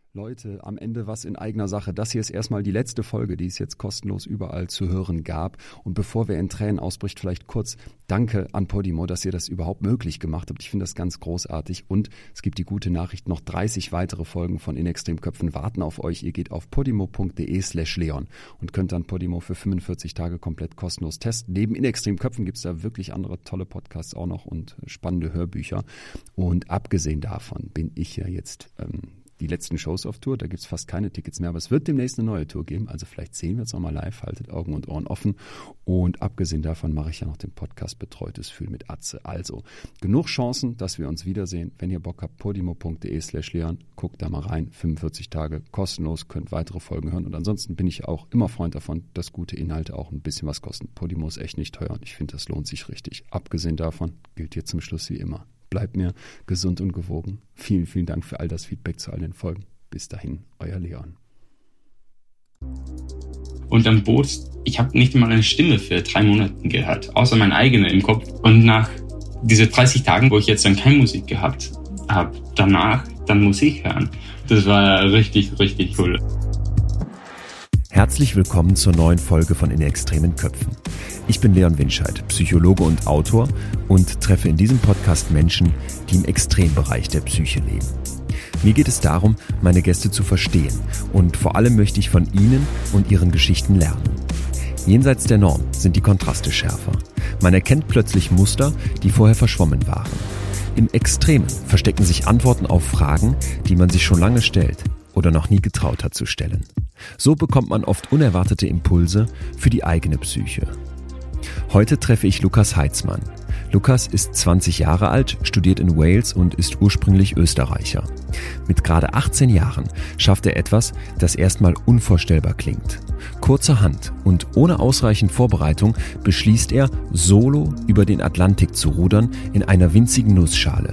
Leute, am Ende was in eigener Sache. Das hier ist erstmal die letzte Folge, die es jetzt kostenlos überall zu hören gab. Und bevor wir in Tränen ausbricht, vielleicht kurz Danke an Podimo, dass ihr das überhaupt möglich gemacht habt. Ich finde das ganz großartig. Und es gibt die gute Nachricht, noch 30 weitere Folgen von In Extrem Köpfen warten auf euch. Ihr geht auf podimo.de/Leon und könnt dann Podimo für 45 Tage komplett kostenlos testen. Neben In Extrem Köpfen gibt es da wirklich andere tolle Podcasts auch noch und spannende Hörbücher. Und abgesehen davon bin ich ja jetzt die letzten Shows auf Tour, da gibt es fast keine Tickets mehr, aber es wird demnächst eine neue Tour geben, also vielleicht sehen wir uns nochmal live, haltet Augen und Ohren offen und abgesehen davon mache ich ja noch den Podcast Betreutes Fühlen mit Atze, also genug Chancen, dass wir uns wiedersehen, wenn ihr Bock habt, podimo.de/Leon, guckt da mal rein, 45 Tage kostenlos, könnt weitere Folgen hören und ansonsten bin ich auch immer Freund davon, dass gute Inhalte auch ein bisschen was kosten. Podimo ist echt nicht teuer und ich finde, das lohnt sich richtig. Abgesehen davon gilt hier zum Schluss wie immer. Bleibt mir gesund und gewogen. Vielen, vielen Dank für all das Feedback zu all den Folgen. Bis dahin, euer Leon. Und am Boot, ich habe nicht mal eine Stimme für 3 Monate gehört, außer meine eigene im Kopf. Und nach diesen 30 Tagen, wo ich jetzt dann keine Musik gehabt habe, danach dann Musik hören. Das war richtig, richtig cool. Herzlich willkommen zur neuen Folge von In extremen Köpfen. Ich bin Leon Winscheid, Psychologe und Autor und treffe in diesem Podcast Menschen, die im Extrembereich der Psyche leben. Mir geht es darum, meine Gäste zu verstehen und vor allem möchte ich von ihnen und ihren Geschichten lernen. Jenseits der Norm sind die Kontraste schärfer. Man erkennt plötzlich Muster, die vorher verschwommen waren. Im Extremen verstecken sich Antworten auf Fragen, die man sich schon lange stellt oder noch nie getraut hat zu stellen. So bekommt man oft unerwartete Impulse für die eigene Psyche. Heute treffe ich Lukas Heitzmann. Lukas ist 20 Jahre alt, studiert in Wales und ist ursprünglich Österreicher. Mit gerade 18 Jahren schafft er etwas, das erstmal unvorstellbar klingt. Kurzerhand und ohne ausreichend Vorbereitung beschließt er, solo über den Atlantik zu rudern in einer winzigen Nussschale.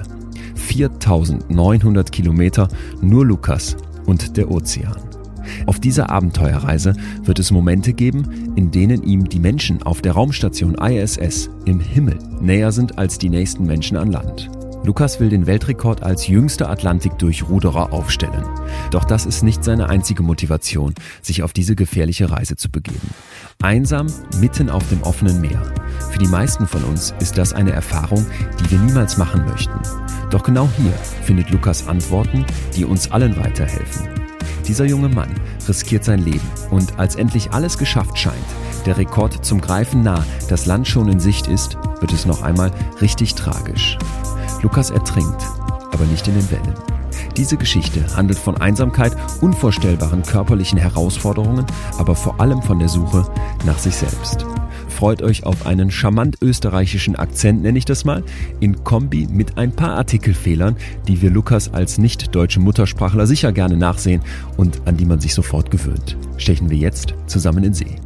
4.900 Kilometer, nur Lukas und der Ozean. Auf dieser Abenteuerreise wird es Momente geben, in denen ihm die Menschen auf der Raumstation ISS im Himmel näher sind als die nächsten Menschen an Land. Lukas will den Weltrekord als jüngster Atlantikdurchruderer aufstellen. Doch das ist nicht seine einzige Motivation, sich auf diese gefährliche Reise zu begeben. Einsam mitten auf dem offenen Meer. Für die meisten von uns ist das eine Erfahrung, die wir niemals machen möchten. Doch genau hier findet Lukas Antworten, die uns allen weiterhelfen. Dieser junge Mann riskiert sein Leben und als endlich alles geschafft scheint, der Rekord zum Greifen nah, das Land schon in Sicht ist, wird es noch einmal richtig tragisch. Lukas ertrinkt, aber nicht in den Wellen. Diese Geschichte handelt von Einsamkeit, unvorstellbaren körperlichen Herausforderungen, aber vor allem von der Suche nach sich selbst. Freut euch auf einen charmant österreichischen Akzent, nenne ich das mal, in Kombi mit ein paar Artikelfehlern, die wir Lukas als nicht-deutsche Muttersprachler sicher gerne nachsehen und an die man sich sofort gewöhnt. Stechen wir jetzt zusammen in See.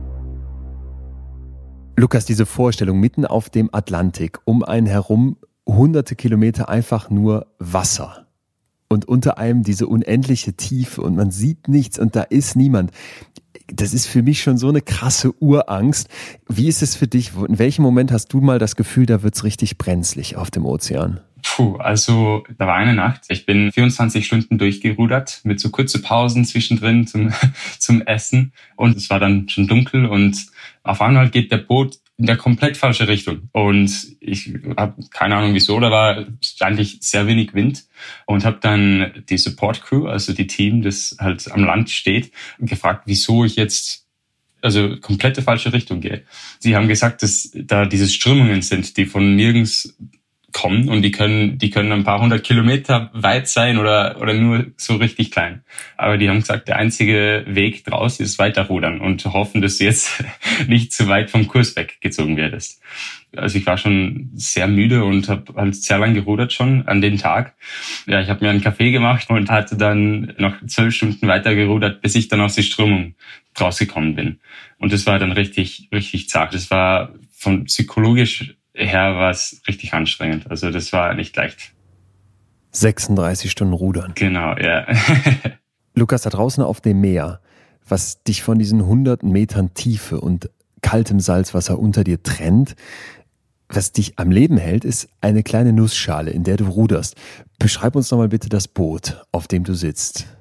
Lukas, diese Vorstellung mitten auf dem Atlantik, um einen herum hunderte Kilometer einfach nur Wasser. Und unter einem diese unendliche Tiefe und man sieht nichts und da ist niemand. Das ist für mich schon so eine krasse Urangst. Wie ist es für dich? In welchem Moment hast du mal das Gefühl, da wird's richtig brenzlig auf dem Ozean? Also da war eine Nacht. Ich bin 24 Stunden durchgerudert mit so kurzen Pausen zwischendrin zum Essen. Und es war dann schon dunkel und auf einmal geht der Boot in der komplett falsche Richtung. Und ich habe keine Ahnung wieso, da war eigentlich sehr wenig Wind und habe dann die Support Crew, also die Team, das halt am Land steht, gefragt, wieso ich jetzt komplette falsche Richtung gehe. Sie haben gesagt, dass da diese Strömungen sind, die von nirgends kommen und die können ein paar 100 Kilometer weit sein oder nur so richtig klein. Aber die haben gesagt, der einzige Weg draus ist weiterrudern und hoffen, dass du jetzt nicht zu weit vom Kurs weggezogen werdest. Also ich war schon sehr müde und habe halt sehr lang gerudert schon an dem Tag. Ja, ich habe mir einen Kaffee gemacht und hatte dann noch 12 Stunden weiter gerudert, bis ich dann aus der Strömung rausgekommen bin. Und das war dann richtig, richtig zart. Das war von psychologisch her war es richtig anstrengend. Also das war nicht leicht. 36 Stunden rudern. Genau, ja. Lukas, da draußen auf dem Meer, was dich von diesen 100 Metern Tiefe und kaltem Salzwasser unter dir trennt, was dich am Leben hält, ist eine kleine Nussschale, in der du ruderst. Beschreib uns doch mal bitte das Boot, auf dem du sitzt.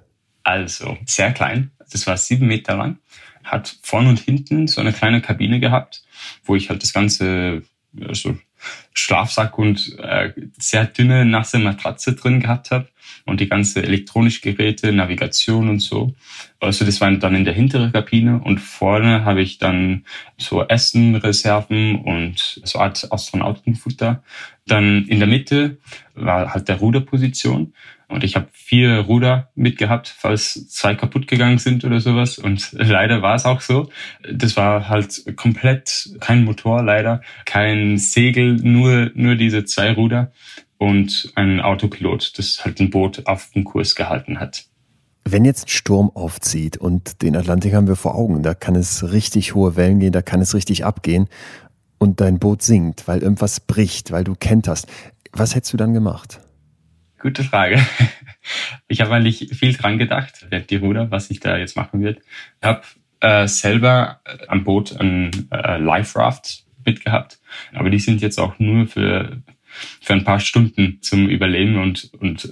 Also, sehr klein. Das war 7 Meter lang. Hat vorn und hinten so eine kleine Kabine gehabt, wo ich halt das ganze so Schlafsack und sehr dünne, nasse Matratze drin gehabt habe und die ganze elektronischen Geräte, Navigation und so. Also das war dann in der hinteren Kabine und vorne habe ich dann so Essenreserven und so Art Astronautenfutter. Dann in der Mitte war halt der Ruderposition. Und ich habe 4 Ruder mitgehabt, falls 2 kaputt gegangen sind oder sowas. Und leider war es auch so. Das war halt komplett kein Motor, leider. Kein Segel, nur diese 2 Ruder und ein Autopilot, das halt ein Boot auf dem Kurs gehalten hat. Wenn jetzt ein Sturm aufzieht und den Atlantik haben wir vor Augen, da kann es richtig hohe Wellen gehen, da kann es richtig abgehen und dein Boot sinkt, weil irgendwas bricht, weil du kenterst. Was hättest du dann gemacht? Gute Frage. Ich habe eigentlich viel dran gedacht, während die Ruder, was ich da jetzt machen würde. Ich habe selber am Boot ein Life Raft mitgehabt, aber die sind jetzt auch nur für ein paar Stunden zum Überleben und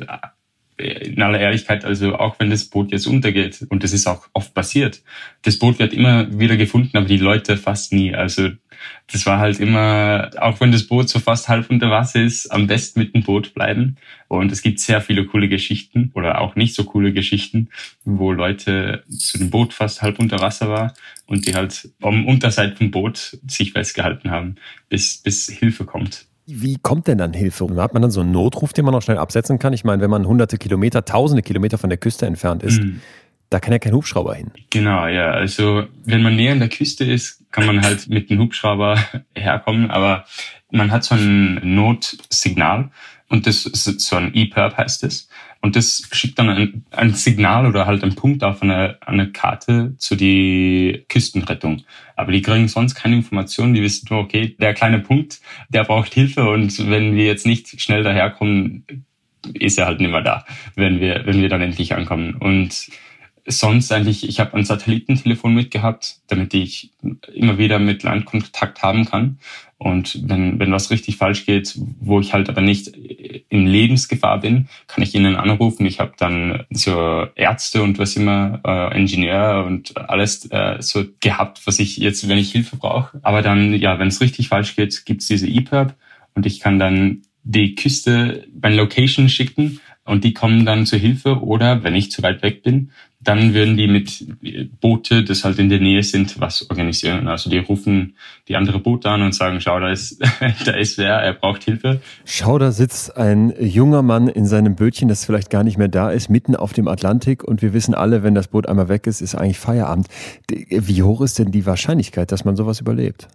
in aller Ehrlichkeit, also auch wenn das Boot jetzt untergeht, und das ist auch oft passiert, das Boot wird immer wieder gefunden, aber die Leute fast nie. Also das war halt immer, auch wenn das Boot so fast halb unter Wasser ist, am besten mit dem Boot bleiben. Und es gibt sehr viele coole Geschichten oder auch nicht so coole Geschichten, wo Leute zu dem Boot fast halb unter Wasser war und die halt am Unterseite vom Boot sich festgehalten haben, bis Hilfe kommt. Wie kommt denn dann Hilfe? Hat man dann so einen Notruf, den man noch schnell absetzen kann? Ich meine, wenn man hunderte Kilometer, tausende Kilometer von der Küste entfernt ist, da kann ja kein Hubschrauber hin. Genau, ja. Also wenn man näher an der Küste ist, kann man halt mit dem Hubschrauber herkommen. Aber man hat so ein Notsignal und das ist so ein EPIRB heißt es. Und das schickt dann ein Signal oder halt einen Punkt auf eine Karte zu die Küstenrettung. Aber die kriegen sonst keine Informationen. Die wissen nur, okay, der kleine Punkt, der braucht Hilfe. Und wenn wir jetzt nicht schnell daherkommen, ist er halt nicht mehr da, wenn wir dann endlich ankommen. Und sonst eigentlich, ich habe ein Satellitentelefon mitgehabt, damit ich immer wieder mit Land Kontakt haben kann. Und wenn was richtig falsch geht, wo ich halt aber nicht in Lebensgefahr bin, kann ich ihnen anrufen. Ich habe dann so Ärzte und was immer, Ingenieur und alles so gehabt, was ich jetzt, wenn ich Hilfe brauche. Aber dann, ja, wenn es richtig falsch geht, gibt's diese EPIRB und ich kann dann die Küste, meine Location schicken und die kommen dann zur Hilfe. Oder wenn ich zu weit weg bin, dann würden die mit Boote, das halt in der Nähe sind, was organisieren. Also die rufen die andere Boote an und sagen, schau, da ist wer, er braucht Hilfe. Schau, da sitzt ein junger Mann in seinem Bötchen, das vielleicht gar nicht mehr da ist, mitten auf dem Atlantik und wir wissen alle, wenn das Boot einmal weg ist, ist eigentlich Feierabend. Wie hoch ist denn die Wahrscheinlichkeit, dass man sowas überlebt?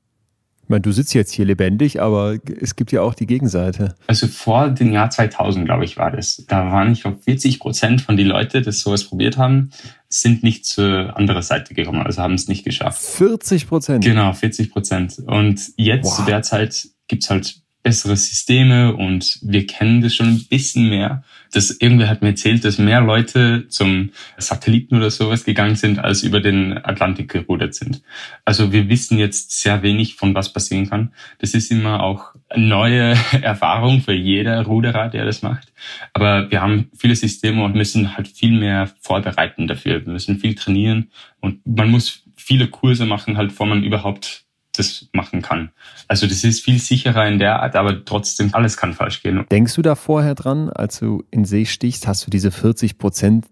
Ich meine, du sitzt jetzt hier lebendig, aber es gibt ja auch die Gegenseite. Also vor dem Jahr 2000, glaube ich, war das. Da waren, ich glaube, 40% von den Leuten, die sowas probiert haben, sind nicht zur anderen Seite gekommen, also haben es nicht geschafft. 40%? Genau, 40%. Und jetzt zu der Zeit gibt's halt bessere Systeme und wir kennen das schon ein bisschen mehr. Irgendwer hat mir erzählt, dass mehr Leute zum Satelliten oder sowas gegangen sind, als über den Atlantik gerudert sind. Also wir wissen jetzt sehr wenig, von was passieren kann. Das ist immer auch eine neue Erfahrung für jeder Ruderer, der das macht. Aber wir haben viele Systeme und müssen halt viel mehr vorbereiten dafür. Wir müssen viel trainieren und man muss viele Kurse machen, halt, bevor man überhaupt das machen kann. Also das ist viel sicherer in der Art, aber trotzdem, alles kann falsch gehen. Denkst du da vorher dran, als du in See stichst, hast du diese 40%,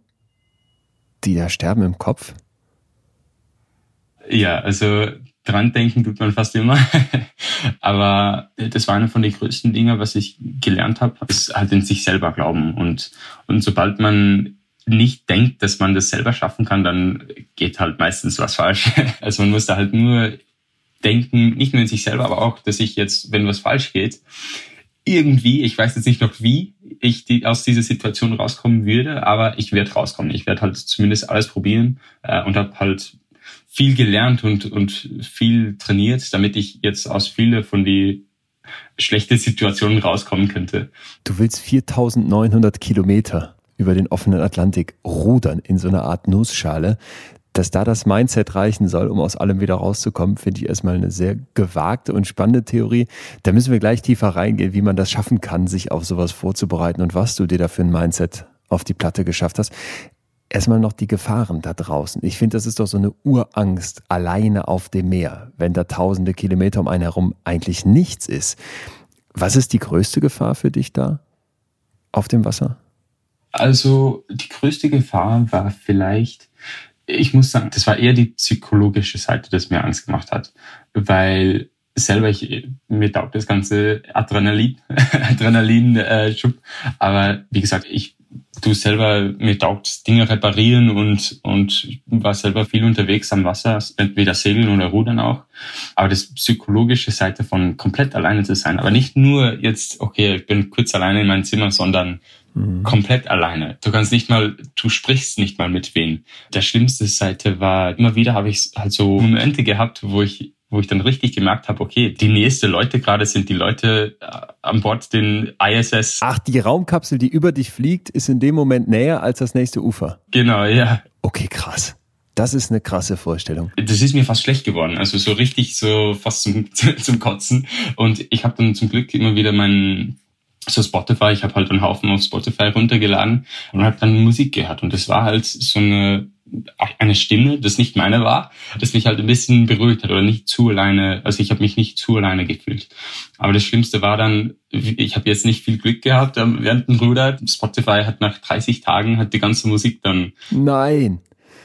die da sterben, im Kopf? Ja, also dran denken tut man fast immer. Aber das war einer von den größten Dingen, was ich gelernt habe, ist halt in sich selber glauben. Und sobald man nicht denkt, dass man das selber schaffen kann, dann geht halt meistens was falsch. Also man muss da halt nur denken, nicht nur in sich selber, aber auch, dass ich jetzt, wenn was falsch geht, irgendwie, ich weiß jetzt nicht noch wie, ich aus dieser Situation rauskommen würde, aber ich werde rauskommen. Ich werde halt zumindest alles probieren und habe halt viel gelernt und viel trainiert, damit ich jetzt aus viele von die schlechten Situationen rauskommen könnte. Du willst 4.900 Kilometer über den offenen Atlantik rudern in so einer Art Nussschale. Dass da das Mindset reichen soll, um aus allem wieder rauszukommen, finde ich erstmal eine sehr gewagte und spannende Theorie. Da müssen wir gleich tiefer reingehen, wie man das schaffen kann, sich auf sowas vorzubereiten und was du dir da für ein Mindset auf die Platte geschafft hast. Erstmal noch die Gefahren da draußen. Ich finde, das ist doch so eine Urangst alleine auf dem Meer, wenn da tausende Kilometer um einen herum eigentlich nichts ist. Was ist die größte Gefahr für dich da auf dem Wasser? Also die größte Gefahr war vielleicht, ich muss sagen, das war eher die psychologische Seite, das mir Angst gemacht hat, weil selber mir taugt das ganze Adrenalin-Schub, aber wie gesagt, mir taugt Dinge reparieren und war selber viel unterwegs am Wasser, entweder segeln oder rudern auch. Aber das psychologische Seite von komplett alleine zu sein, aber nicht nur jetzt, okay, ich bin kurz alleine in meinem Zimmer, sondern komplett alleine. Du sprichst nicht mal mit wem. Der schlimmste Seite war, immer wieder habe ich halt so Momente gehabt, wo ich dann richtig gemerkt habe, okay, die nächste Leute gerade sind die Leute an Bord den ISS. Ach, die Raumkapsel, die über dich fliegt, ist in dem Moment näher als das nächste Ufer. Genau, ja. Okay, krass. Das ist eine krasse Vorstellung. Das ist mir fast schlecht geworden, also so richtig so fast zum Kotzen. Und ich habe dann zum Glück immer wieder Spotify, ich habe halt einen Haufen auf Spotify runtergeladen und habe dann Musik gehört. Und das war halt so eine Stimme, das nicht meine war, das mich halt ein bisschen beruhigt hat oder nicht zu alleine, also ich habe mich nicht zu alleine gefühlt. Aber das Schlimmste war dann, ich habe jetzt nicht viel Glück gehabt während dem Ruder. Spotify hat nach 30 Tagen die ganze Musik dann... Nein.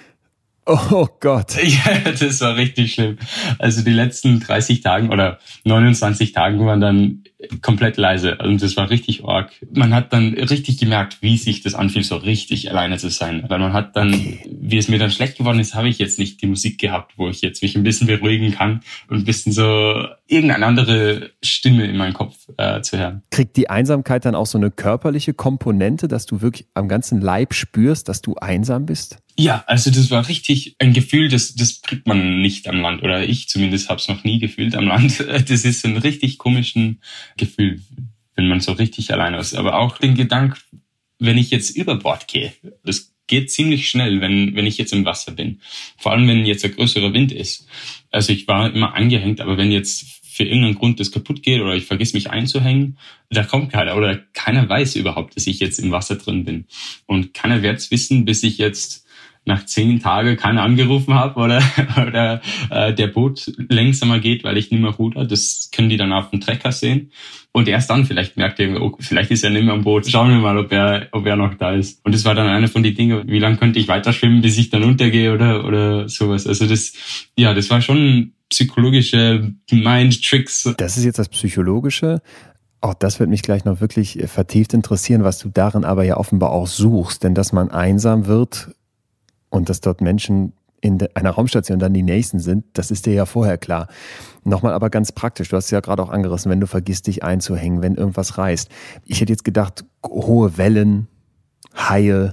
Oh Gott. Ja, das war richtig schlimm. Also die letzten 30 Tagen oder 29 Tagen waren dann komplett leise. Und das war richtig arg. Man hat dann richtig gemerkt, wie sich das anfühlt, so richtig alleine zu sein. Weil man hat dann, wie es mir dann schlecht geworden ist, habe ich jetzt nicht die Musik gehabt, wo ich jetzt mich ein bisschen beruhigen kann und ein bisschen so irgendeine andere Stimme in meinem Kopf zu hören. Kriegt die Einsamkeit dann auch so eine körperliche Komponente, dass du wirklich am ganzen Leib spürst, dass du einsam bist? Ja, also das war richtig ein Gefühl, das kriegt man nicht am Land. Oder ich zumindest habe es noch nie gefühlt am Land. Das ist ein richtig komischen Gefühl, wenn man so richtig alleine ist. Aber auch den Gedanken, wenn ich jetzt über Bord gehe, das geht ziemlich schnell, wenn ich jetzt im Wasser bin. Vor allem, wenn jetzt ein größerer Wind ist. Also ich war immer angehängt, aber wenn jetzt für irgendeinen Grund das kaputt geht oder ich vergesse mich einzuhängen, da kommt keiner oder keiner weiß überhaupt, dass ich jetzt im Wasser drin bin. Und keiner wird es wissen, bis ich jetzt nach 10 Tagen keiner angerufen habe oder der Boot langsamer geht, weil ich nicht mehr ruder. Das können die dann auf dem Trecker sehen. Und erst dann vielleicht merkt er, oh, vielleicht ist er nicht mehr am Boot. Schauen wir mal, ob er noch da ist. Und das war dann eine von den Dingen, wie lange könnte ich weiter schwimmen, bis ich dann untergehe oder sowas. Also das war schon psychologische Mind-Tricks. Das ist jetzt das Psychologische. Auch das wird mich gleich noch wirklich vertieft interessieren, was du darin aber ja offenbar auch suchst. Denn dass man einsam wird und dass dort Menschen in einer Raumstation dann die Nächsten sind, das ist dir ja vorher klar. Nochmal aber ganz praktisch, du hast es ja gerade auch angerissen, wenn du vergisst, dich einzuhängen, wenn irgendwas reißt. Ich hätte jetzt gedacht, hohe Wellen, Haie,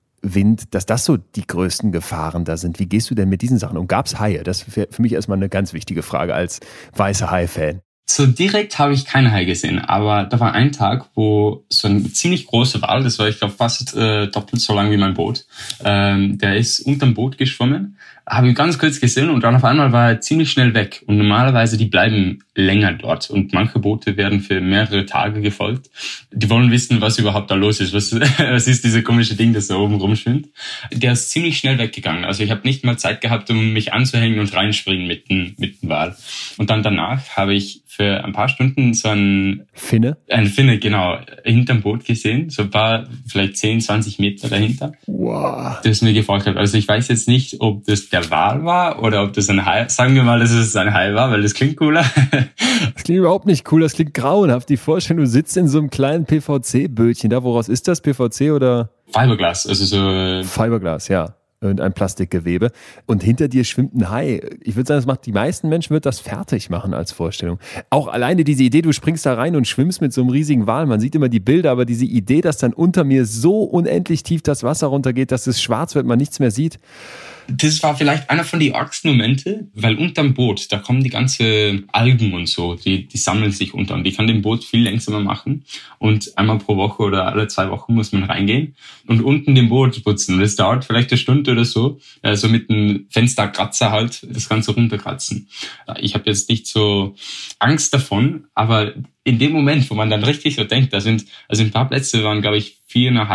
Wind, dass das so die größten Gefahren da sind. Wie gehst du denn mit diesen Sachen um? Gab es Haie? Das wäre für mich erstmal eine ganz wichtige Frage als weißer Hai-Fan. So direkt habe ich keine Hai gesehen, aber da war ein Tag, wo so ein ziemlich großer Wal, das war ich glaube fast doppelt so lang wie mein Boot, der ist unterm Boot geschwommen, habe ihn ganz kurz gesehen und dann auf einmal war er ziemlich schnell weg. Und normalerweise die bleiben länger dort und manche Boote werden für mehrere Tage gefolgt. Die wollen wissen, was überhaupt da los ist, was ist diese komische Ding, das da oben rumschwimmt. Der ist ziemlich schnell weggegangen, also ich habe nicht mal Zeit gehabt, um mich anzuhängen und reinspringen mit dem Wal. Und dann danach habe ich für ein paar Stunden so ein Finne, genau, hinterm Boot gesehen. So war vielleicht 10, 20 Meter dahinter. Wow. Das mir gefolgt hat. Also ich weiß jetzt nicht, ob das der Wal war oder ob das ein Hai, sagen wir mal, dass es ein Hai war, weil das klingt cooler. Das klingt überhaupt nicht cool, das klingt grauenhaft. Die Vorstellung, du sitzt in so einem kleinen PVC-Bötchen da. Woraus ist das? PVC oder? Fiberglas, also so. Fiberglas, ja. Und ein Plastikgewebe. Und hinter dir schwimmt ein Hai. Ich würde sagen, das macht die meisten Menschen wird das fertig machen als Vorstellung. Auch alleine diese Idee, du springst da rein und schwimmst mit so einem riesigen Wal. Man sieht immer die Bilder, aber diese Idee, dass dann unter mir so unendlich tief das Wasser runtergeht, dass es schwarz wird, man nichts mehr sieht. Das war vielleicht einer von den argsten Momente, weil unterm Boot, da kommen die ganze Algen und so, die sammeln sich unter und die kann den Boot viel langsamer machen und einmal pro Woche oder alle 2 Wochen muss man reingehen und unten den Boot putzen. Das dauert vielleicht eine Stunde oder so, also mit einem Fensterkratzer halt das Ganze runterkratzen. Ich habe jetzt nicht so Angst davon, aber in dem Moment, wo man dann richtig so denkt, also ein paar Plätze waren, glaube ich, 4,5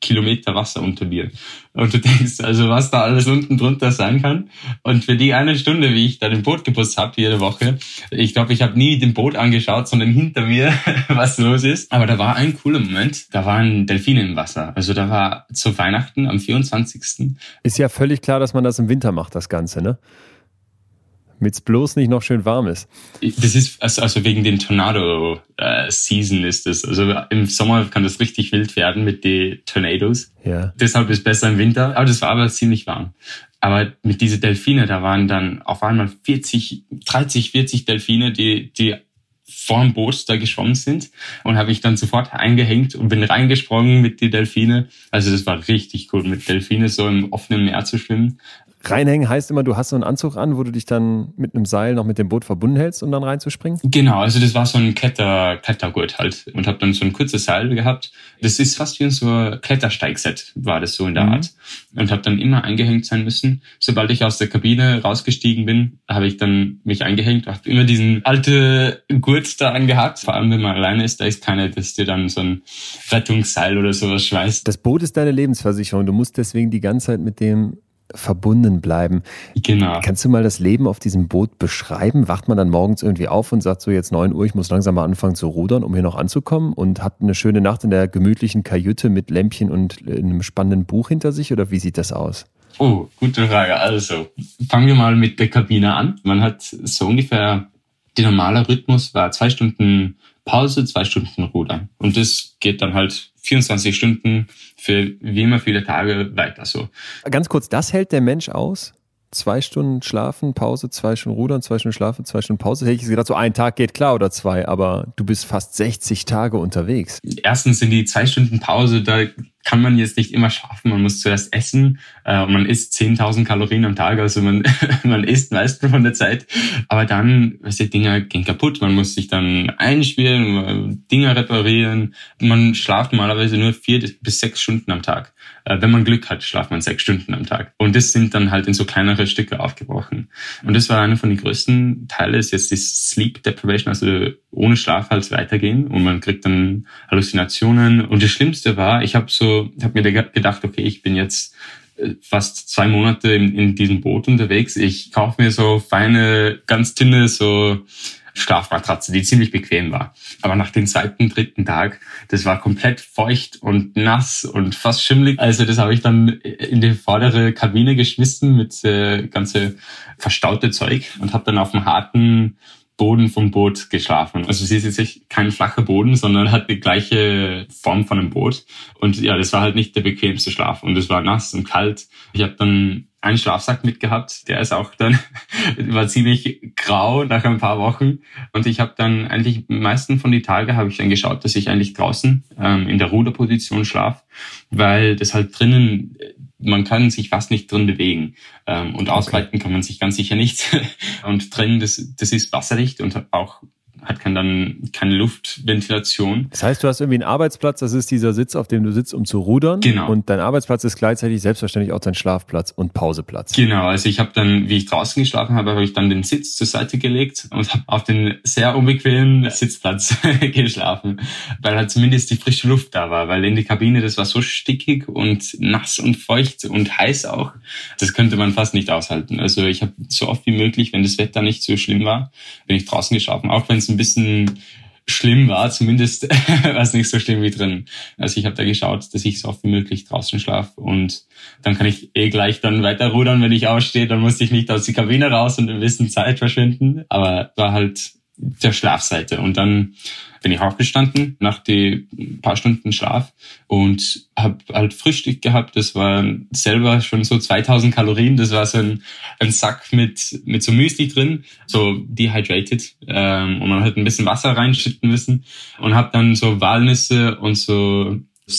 Kilometer Wasser unter dir. Und du denkst, also was da alles unten drunter sein kann. Und für die 1 Stunde, wie ich da den Boot geputzt habe jede Woche, ich glaube, ich habe nie dem Boot angeschaut, sondern hinter mir, was los ist. Aber da war ein cooler Moment, da waren Delfine im Wasser. Also da war zu Weihnachten am 24. Ist ja völlig klar, dass man das im Winter macht, das Ganze, ne? Damit es bloß nicht noch schön warm ist. Das ist also wegen den Tornado-Season ist das. Also im Sommer kann das richtig wild werden mit den Tornados. Ja. Deshalb ist es besser im Winter. Aber das war aber ziemlich warm. Aber mit diesen Delfine, da waren dann auf einmal 40 Delfine, die vorm Boot da geschwommen sind. Und habe ich dann sofort eingehängt und bin reingesprungen mit den Delfine. Also das war richtig cool, mit Delfine so im offenen Meer zu schwimmen. Reinhängen heißt immer, du hast so einen Anzug an, wo du dich dann mit einem Seil noch mit dem Boot verbunden hältst, um dann reinzuspringen? Genau, also das war so ein Klettergurt halt und habe dann so ein kurzes Seil gehabt. Das ist fast wie so ein Klettersteigset, war das so in der Art. Und habe dann immer eingehängt sein müssen. Sobald ich aus der Kabine rausgestiegen bin, habe ich dann mich eingehängt, habe immer diesen alte Gurt da angehabt. Vor allem, wenn man alleine ist, da ist keiner, dass dir dann so ein Rettungsseil oder sowas schweißt. Das Boot ist deine Lebensversicherung, du musst deswegen die ganze Zeit mit dem verbunden bleiben. Genau. Kannst du mal das Leben auf diesem Boot beschreiben? Wacht man dann morgens irgendwie auf und sagt so, jetzt 9 Uhr, ich muss langsam mal anfangen zu rudern, um hier noch anzukommen, und hat eine schöne Nacht in der gemütlichen Kajüte mit Lämpchen und einem spannenden Buch hinter sich, oder wie sieht das aus? Oh, gute Frage. Also, fangen wir mal mit der Kabine an. Man hat so ungefähr, der normale Rhythmus war 2 Stunden Pause, 2 Stunden Rudern. Und das geht dann halt 24 Stunden für wie immer viele Tage weiter so. Ganz kurz, das hält der Mensch aus? 2 Stunden schlafen, Pause, 2 Stunden rudern, 2 Stunden schlafen, 2 Stunden Pause. Hätte ich gedacht, so ein Tag geht klar oder 2, aber du bist fast 60 Tage unterwegs. Erstens sind die 2 Stunden Pause, da kann man jetzt nicht immer schlafen, man muss zuerst essen, man isst 10.000 Kalorien am Tag, also man isst meistens von der Zeit, aber dann, die Dinger gehen kaputt, man muss sich dann einspielen, Dinger reparieren, man schlaft normalerweise nur 4 bis 6 Stunden am Tag. Wenn man Glück hat, schlaft man 6 Stunden am Tag. Und das sind dann halt in so kleinere Stücke aufgebrochen. Und das war einer von den größten Teile, ist jetzt die Sleep Deprivation, also ohne Schlaf halt weitergehen und man kriegt dann Halluzinationen. Und das Schlimmste war, ich habe mir gedacht, okay, ich bin jetzt fast 2 Monate in diesem Boot unterwegs. Ich kaufe mir so feine, ganz dünne, so Schlafmatratze, die ziemlich bequem war. Aber nach dem 2., 3. Tag, das war komplett feucht und nass und fast schimmelig. Also das habe ich dann in die vordere Kabine geschmissen mit ganze verstaute Zeug und habe dann auf dem harten Boden vom Boot geschlafen. Also es ist jetzt nicht kein flacher Boden, sondern hat die gleiche Form von einem Boot. Und ja, das war halt nicht der bequemste Schlaf. Und es war nass und kalt. Ich habe dann einen Schlafsack mitgehabt, der ist auch dann, war ziemlich grau nach ein paar Wochen. Und ich habe dann eigentlich, die meisten von den Tagen habe ich dann geschaut, dass ich eigentlich draußen in der Ruderposition schlafe, weil das halt drinnen, man kann sich fast nicht drin bewegen. Und ausweiten kann man sich ganz sicher nicht. Und drinnen, das ist wasserdicht und auch hat keine Luftventilation. Das heißt, du hast irgendwie einen Arbeitsplatz, das ist dieser Sitz, auf dem du sitzt, um zu rudern. Genau. Und dein Arbeitsplatz ist gleichzeitig selbstverständlich auch dein Schlafplatz und Pauseplatz. Genau, also ich habe dann, wie ich draußen geschlafen habe ich dann den Sitz zur Seite gelegt und habe auf den sehr unbequemen Sitzplatz geschlafen, weil halt zumindest die frische Luft da war, weil in der Kabine, das war so stickig und nass und feucht und heiß auch, das könnte man fast nicht aushalten. Also ich habe so oft wie möglich, wenn das Wetter nicht so schlimm war, bin ich draußen geschlafen, auch wenn es ein bisschen schlimm war, zumindest war es nicht so schlimm wie drin. Also ich habe da geschaut, dass ich so oft wie möglich draußen schlafe und dann kann ich gleich dann weiter rudern, wenn ich ausstehe, dann musste ich nicht aus der Kabine raus und ein bisschen Zeit verschwenden, aber war halt der Schlafseite. Und dann bin ich aufgestanden nach die paar Stunden Schlaf und habe halt Frühstück gehabt. Das war selber schon so 2000 Kalorien. Das war so ein Sack mit so Müsli drin, so dehydrated. Und man hat ein bisschen Wasser reinschütten müssen und habe dann so Walnüsse und so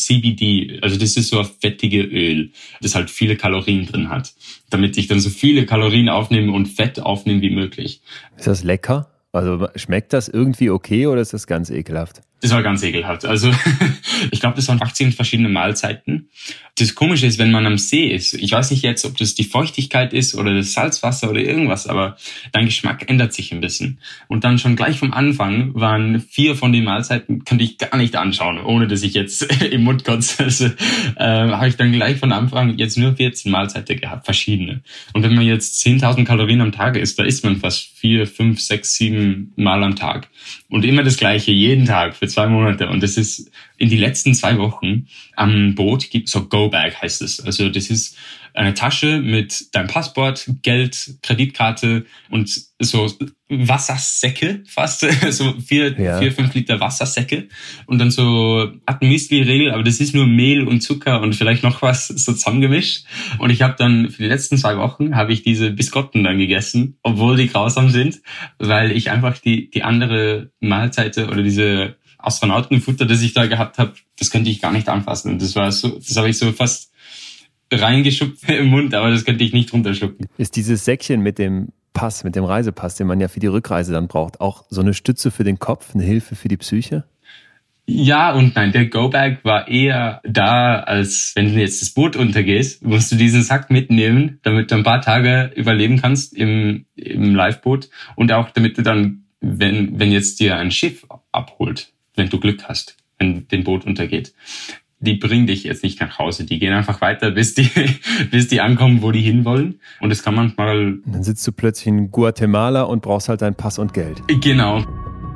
CBD, also das ist so ein fettige Öl, das halt viele Kalorien drin hat, damit ich dann so viele Kalorien aufnehme und Fett aufnehme wie möglich. Ist das lecker? Also schmeckt das irgendwie okay oder ist das ganz ekelhaft? Das war ganz ekelhaft. Also ich glaube, das waren 18 verschiedene Mahlzeiten. Das Komische ist, wenn man am See ist, ich weiß nicht jetzt, ob das die Feuchtigkeit ist oder das Salzwasser oder irgendwas, aber dein Geschmack ändert sich ein bisschen. Und dann schon gleich vom Anfang waren 4 von den Mahlzeiten, konnte ich gar nicht anschauen, ohne dass ich jetzt im Mund kotze. Also, habe ich dann gleich von Anfang jetzt nur 14 Mahlzeiten gehabt, verschiedene. Und wenn man jetzt 10.000 Kalorien am Tag isst, da isst man fast 4, 5, 6, 7 Mal am Tag. Und immer das Gleiche, jeden Tag für 2 Monate. Und das ist in die letzten 2 Wochen am Boot gibt so Go-Bag heißt es. Also das ist eine Tasche mit deinem Passport, Geld, Kreditkarte und so Wassersäcke fast, so 4-5 Liter Wassersäcke und dann so Art Müsli-Riegel, aber das ist nur Mehl und Zucker und vielleicht noch was so zusammengemischt. Und ich habe dann für die letzten 2 Wochen habe ich diese Biscotten dann gegessen, obwohl die grausam sind, weil ich einfach die andere Mahlzeit oder diese Astronautenfutter, das ich da gehabt habe, das könnte ich gar nicht anfassen. Und das habe ich so fast reingeschubst im Mund, aber das könnte ich nicht runterschlucken. Ist dieses Säckchen mit dem Pass, mit dem Reisepass, den man ja für die Rückreise dann braucht, auch so eine Stütze für den Kopf, eine Hilfe für die Psyche? Ja und nein, der Go-Bag war eher da, als wenn du jetzt das Boot untergehst, musst du diesen Sack mitnehmen, damit du ein paar Tage überleben kannst im Liveboot und auch damit du dann, wenn jetzt dir ein Schiff abholt, wenn du Glück hast, wenn dein Boot untergeht, die bringen dich jetzt nicht nach Hause. Die gehen einfach weiter, bis die ankommen, wo die hinwollen. Und das kann manchmal... Dann sitzt du plötzlich in Guatemala und brauchst halt deinen Pass und Geld. Genau.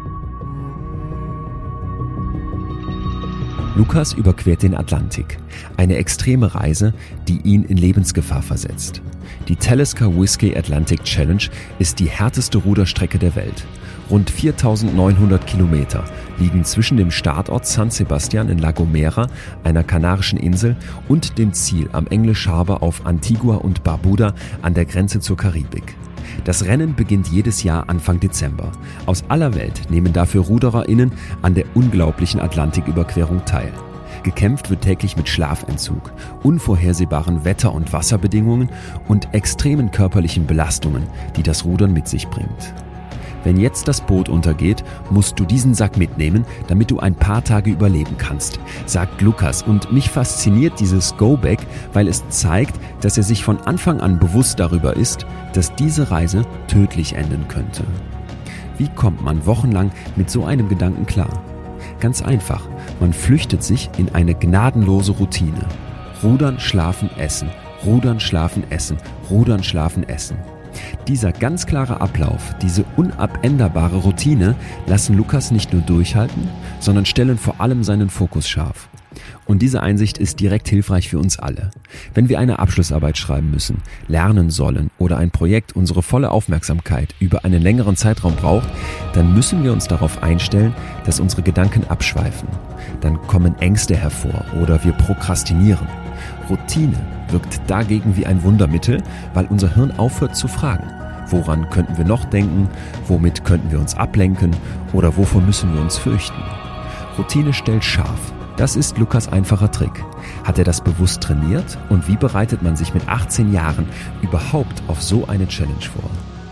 Lukas überquert den Atlantik. Eine extreme Reise, die ihn in Lebensgefahr versetzt. Die Talisker Whiskey Atlantic Challenge ist die härteste Ruderstrecke der Welt. Rund 4.900 Kilometer liegen zwischen dem Startort San Sebastian in La Gomera, einer kanarischen Insel, und dem Ziel am English Harbour auf Antigua und Barbuda an der Grenze zur Karibik. Das Rennen beginnt jedes Jahr Anfang Dezember. Aus aller Welt nehmen dafür RudererInnen an der unglaublichen Atlantiküberquerung teil. Gekämpft wird täglich mit Schlafentzug, unvorhersehbaren Wetter- und Wasserbedingungen und extremen körperlichen Belastungen, die das Rudern mit sich bringt. Wenn jetzt das Boot untergeht, musst du diesen Sack mitnehmen, damit du ein paar Tage überleben kannst, sagt Lukas. Und mich fasziniert dieses Go-Bag, weil es zeigt, dass er sich von Anfang an bewusst darüber ist, dass diese Reise tödlich enden könnte. Wie kommt man wochenlang mit so einem Gedanken klar? Ganz einfach, man flüchtet sich in eine gnadenlose Routine. Rudern, schlafen, essen. Rudern, schlafen, essen. Rudern, schlafen, essen. Dieser ganz klare Ablauf, diese unabänderbare Routine lassen Lukas nicht nur durchhalten, sondern stellen vor allem seinen Fokus scharf. Und diese Einsicht ist direkt hilfreich für uns alle. Wenn wir eine Abschlussarbeit schreiben müssen, lernen sollen oder ein Projekt unsere volle Aufmerksamkeit über einen längeren Zeitraum braucht, dann müssen wir uns darauf einstellen, dass unsere Gedanken abschweifen. Dann kommen Ängste hervor oder wir prokrastinieren. Routine wirkt dagegen wie ein Wundermittel, weil unser Hirn aufhört zu fragen. Woran könnten wir noch denken? Womit könnten wir uns ablenken? Oder wovor müssen wir uns fürchten? Routine stellt scharf. Das ist Lukas' einfacher Trick. Hat er das bewusst trainiert? Und wie bereitet man sich mit 18 Jahren überhaupt auf so eine Challenge vor?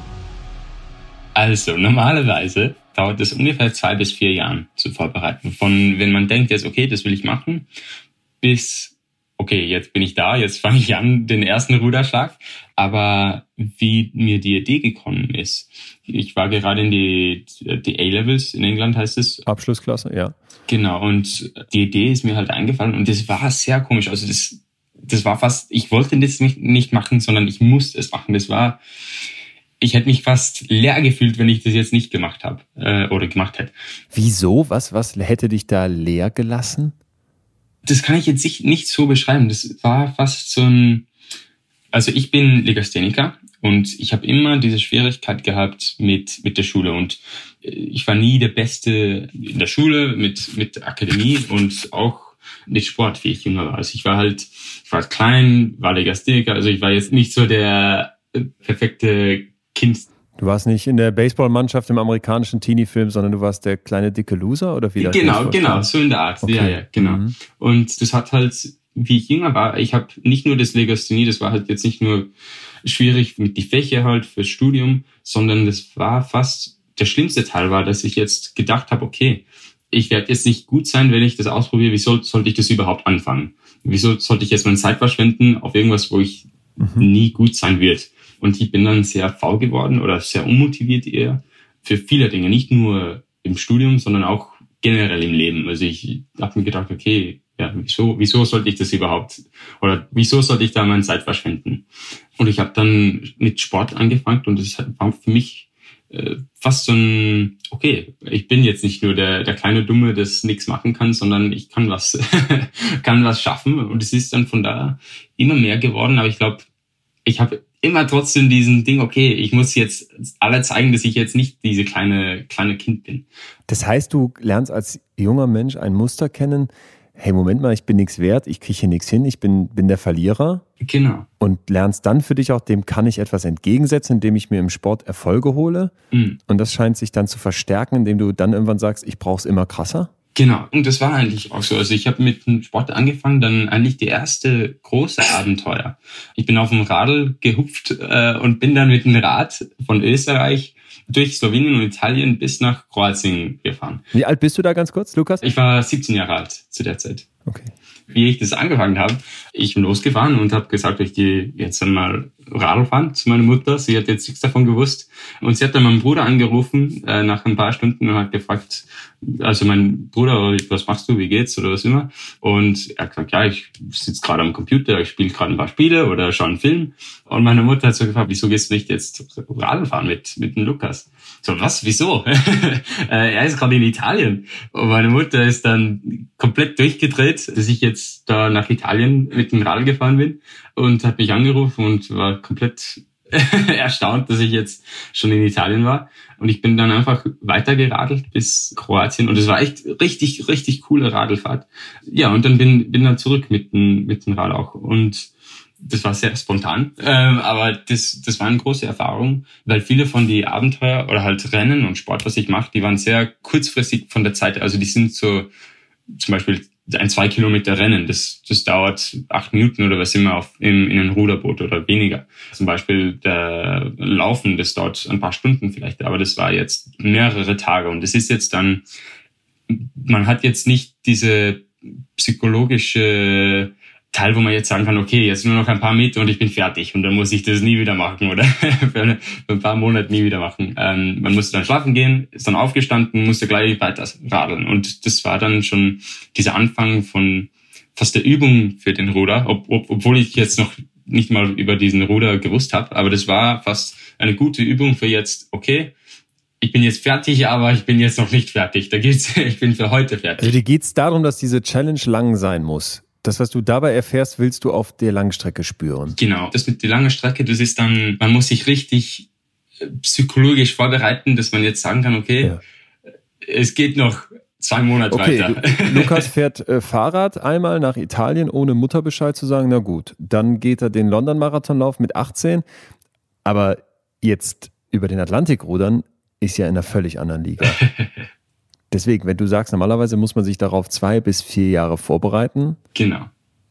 Also, normalerweise dauert es ungefähr 2 bis 4 Jahre zu vorbereiten. Von, wenn man denkt jetzt, okay, das will ich machen, bis okay, jetzt bin ich da, jetzt fange ich an, den ersten Ruderschlag. Aber wie mir die Idee gekommen ist, ich war gerade in die A-Levels, in England heißt es. Abschlussklasse, ja. Genau, und die Idee ist mir halt eingefallen und das war sehr komisch. Also das war fast, ich wollte das nicht machen, sondern ich musste es machen. Ich hätte mich fast leer gefühlt, wenn ich das jetzt nicht gemacht habe oder gemacht hätte. Wieso? Was hätte dich da leer gelassen? Das kann ich jetzt nicht so beschreiben. Das war fast so also ich bin Legastheniker und ich habe immer diese Schwierigkeit gehabt mit der Schule und ich war nie der Beste in der Schule, mit Akademie und auch mit Sport, wie ich jünger war. Also ich war klein, war Legastheniker, also ich war jetzt nicht so der perfekte Kind. Du warst nicht in der Baseballmannschaft im amerikanischen Teenie-Film, sondern du warst der kleine dicke Loser oder wie? Genau, so in der Art. Okay. Ja, genau. Mhm. Und das hat halt, wie ich jünger war, ich habe nicht nur das Legasthenie, das war halt jetzt nicht nur schwierig mit die Fächer halt fürs Studium, sondern das war fast, der schlimmste Teil war, dass ich jetzt gedacht habe, okay, ich werde jetzt nicht gut sein, wenn ich das ausprobiere. Wieso sollte ich das überhaupt anfangen? Wieso sollte ich jetzt meine Zeit verschwenden auf irgendwas, wo ich nie gut sein wird? Und ich bin dann sehr faul geworden oder sehr unmotiviert eher für viele Dinge. Nicht nur im Studium, sondern auch generell im Leben. Also ich habe mir gedacht, okay, ja, wieso sollte ich das überhaupt, oder wieso sollte ich da meine Zeit verschwenden? Und ich habe dann mit Sport angefangen und das war für mich fast so ein, okay, ich bin jetzt nicht nur der kleine Dumme, das nichts machen kann, sondern ich kann was schaffen. Und es ist dann von da immer mehr geworden. Aber ich glaube, ich habe immer trotzdem diesen Ding, okay, ich muss jetzt alle zeigen, dass ich jetzt nicht diese kleine Kind bin. Das heißt, du lernst als junger Mensch ein Muster kennen, hey, Moment mal, ich bin nichts wert, ich kriege hier nichts hin, ich bin der Verlierer. Genau. Und lernst dann für dich auch, dem kann ich etwas entgegensetzen, indem ich mir im Sport Erfolge hole. Mhm. Und das scheint sich dann zu verstärken, indem du dann irgendwann sagst, ich brauche es immer krasser. Genau, und das war eigentlich auch so. Also ich habe mit dem Sport angefangen, dann eigentlich die erste große Abenteuer. Ich bin auf dem Radl gehupft und bin dann mit dem Rad von Österreich durch Slowenien und Italien bis nach Kroatien gefahren. Wie alt bist du da ganz kurz, Lukas? Ich war 17 Jahre alt zu der Zeit. Okay. Wie ich das angefangen habe, ich bin losgefahren und habe gesagt, ich gehe jetzt einmal Radl fahren zu meiner Mutter. Sie hat jetzt nichts davon gewusst. Und sie hat dann meinen Bruder angerufen nach ein paar Stunden und hat gefragt, also mein Bruder, was machst du, wie geht's oder was immer. Und er hat gesagt, ja, ich sitze gerade am Computer, ich spiele gerade ein paar Spiele oder schaue einen Film. Und meine Mutter hat so gefragt, wieso gehst du nicht jetzt Radl fahren mit dem Lukas? So, was, wieso? Er ist gerade in Italien. Und meine Mutter ist dann komplett durchgedreht, dass ich jetzt da nach Italien mit dem Radl gefahren bin und hat mich angerufen und war komplett erstaunt, dass ich jetzt schon in Italien war. Und ich bin dann einfach weitergeradelt bis Kroatien und es war echt richtig, richtig coole Radlfahrt. Ja, und dann bin dann zurück mit dem Rad auch. Und das war sehr spontan, aber das war eine große Erfahrung, weil viele von die Abenteuer oder halt Rennen und Sport, was ich mache, die waren sehr kurzfristig von der Zeit. Also die sind so zum Beispiel ein 2 Kilometer Rennen, das dauert 8 Minuten oder was immer in einem Ruderboot oder weniger. Zum Beispiel der Laufen, das dauert ein paar Stunden vielleicht, aber das war jetzt mehrere Tage und das ist jetzt dann, man hat jetzt nicht diese psychologische Teil, wo man jetzt sagen kann, okay, jetzt nur noch ein paar Meter und ich bin fertig und dann muss ich das nie wieder machen oder für ein paar Monate nie wieder machen. Man musste dann schlafen gehen, ist dann aufgestanden, musste gleich weiter radeln und das war dann schon dieser Anfang von fast der Übung für den Ruder, obwohl ich jetzt noch nicht mal über diesen Ruder gewusst habe, aber das war fast eine gute Übung für jetzt, okay, ich bin jetzt fertig, aber ich bin jetzt noch nicht fertig. Ich bin für heute fertig. Also dir geht's darum, dass diese Challenge lang sein muss. Das, was du dabei erfährst, willst du auf der Langstrecke spüren. Genau, das mit der langen Strecke, das ist dann, man muss sich richtig psychologisch vorbereiten, dass man jetzt sagen kann, okay, ja, es geht noch 2 Monate weiter. Lukas fährt Fahrrad einmal nach Italien, ohne Mutter Bescheid zu sagen, na gut, dann geht er den London-Marathonlauf mit 18, aber jetzt über den Atlantik rudern ist ja in einer völlig anderen Liga. Deswegen, wenn du sagst, normalerweise muss man sich darauf 2 bis 4 Jahre vorbereiten. Genau.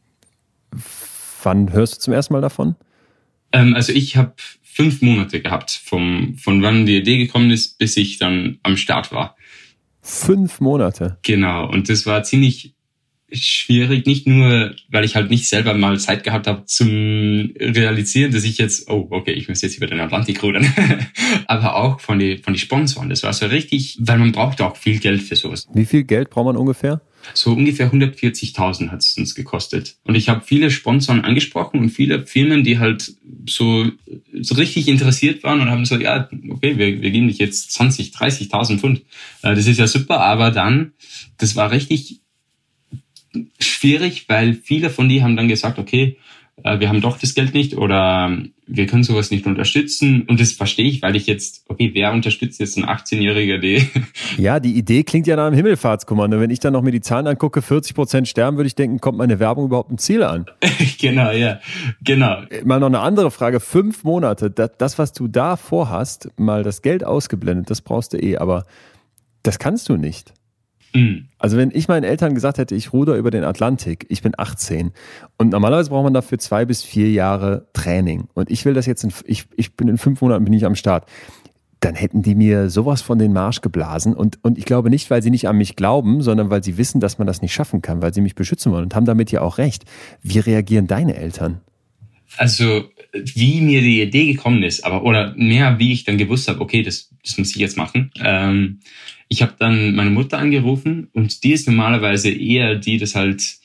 Wann hörst du zum ersten Mal davon? Also ich habe 5 Monate gehabt, von wann die Idee gekommen ist, bis ich dann am Start war. 5 Monate? Genau, und das war ziemlich schwierig, nicht nur, weil ich halt nicht selber mal Zeit gehabt habe zum Realisieren, dass ich jetzt, oh, okay, ich muss jetzt über den Atlantik rudern, aber auch von die Sponsoren. Das war so richtig, weil man braucht auch viel Geld für sowas. Wie viel Geld braucht man ungefähr? So ungefähr 140.000 hat es uns gekostet. Und ich habe viele Sponsoren angesprochen und viele Firmen, die halt so richtig interessiert waren und haben so, ja, okay, wir geben dich jetzt 20.000, 30.000 Pfund. Das ist ja super, aber dann, das war richtig schwierig, weil viele von die haben dann gesagt, okay, wir haben doch das Geld nicht oder wir können sowas nicht unterstützen. Und das verstehe ich, weil ich jetzt, okay, wer unterstützt jetzt ein 18-Jähriger? Ja, die Idee klingt ja nach einem Himmelfahrtskommando. Wenn ich dann noch mir die Zahlen angucke, 40% sterben, würde ich denken, kommt meine Werbung überhaupt ein Ziel an? Genau, ja, genau. Mal noch eine andere Frage. 5 Monate, das, was du da vorhast, mal das Geld ausgeblendet, das brauchst du aber das kannst du nicht. Also wenn ich meinen Eltern gesagt hätte, ich ruder über den Atlantik, ich bin 18 und normalerweise braucht man dafür 2 bis 4 Jahre Training und ich will das jetzt, ich bin in 5 Monaten bin ich am Start, dann hätten die mir sowas von den Marsch geblasen. Und ich glaube nicht, weil sie nicht an mich glauben, sondern weil sie wissen, dass man das nicht schaffen kann, weil sie mich beschützen wollen und haben damit ja auch recht. Wie reagieren deine Eltern? Also, wie mir die Idee gekommen ist, oder mehr, wie ich dann gewusst habe, okay, das muss ich jetzt machen. Ich habe dann meine Mutter angerufen und die ist normalerweise eher die, das halt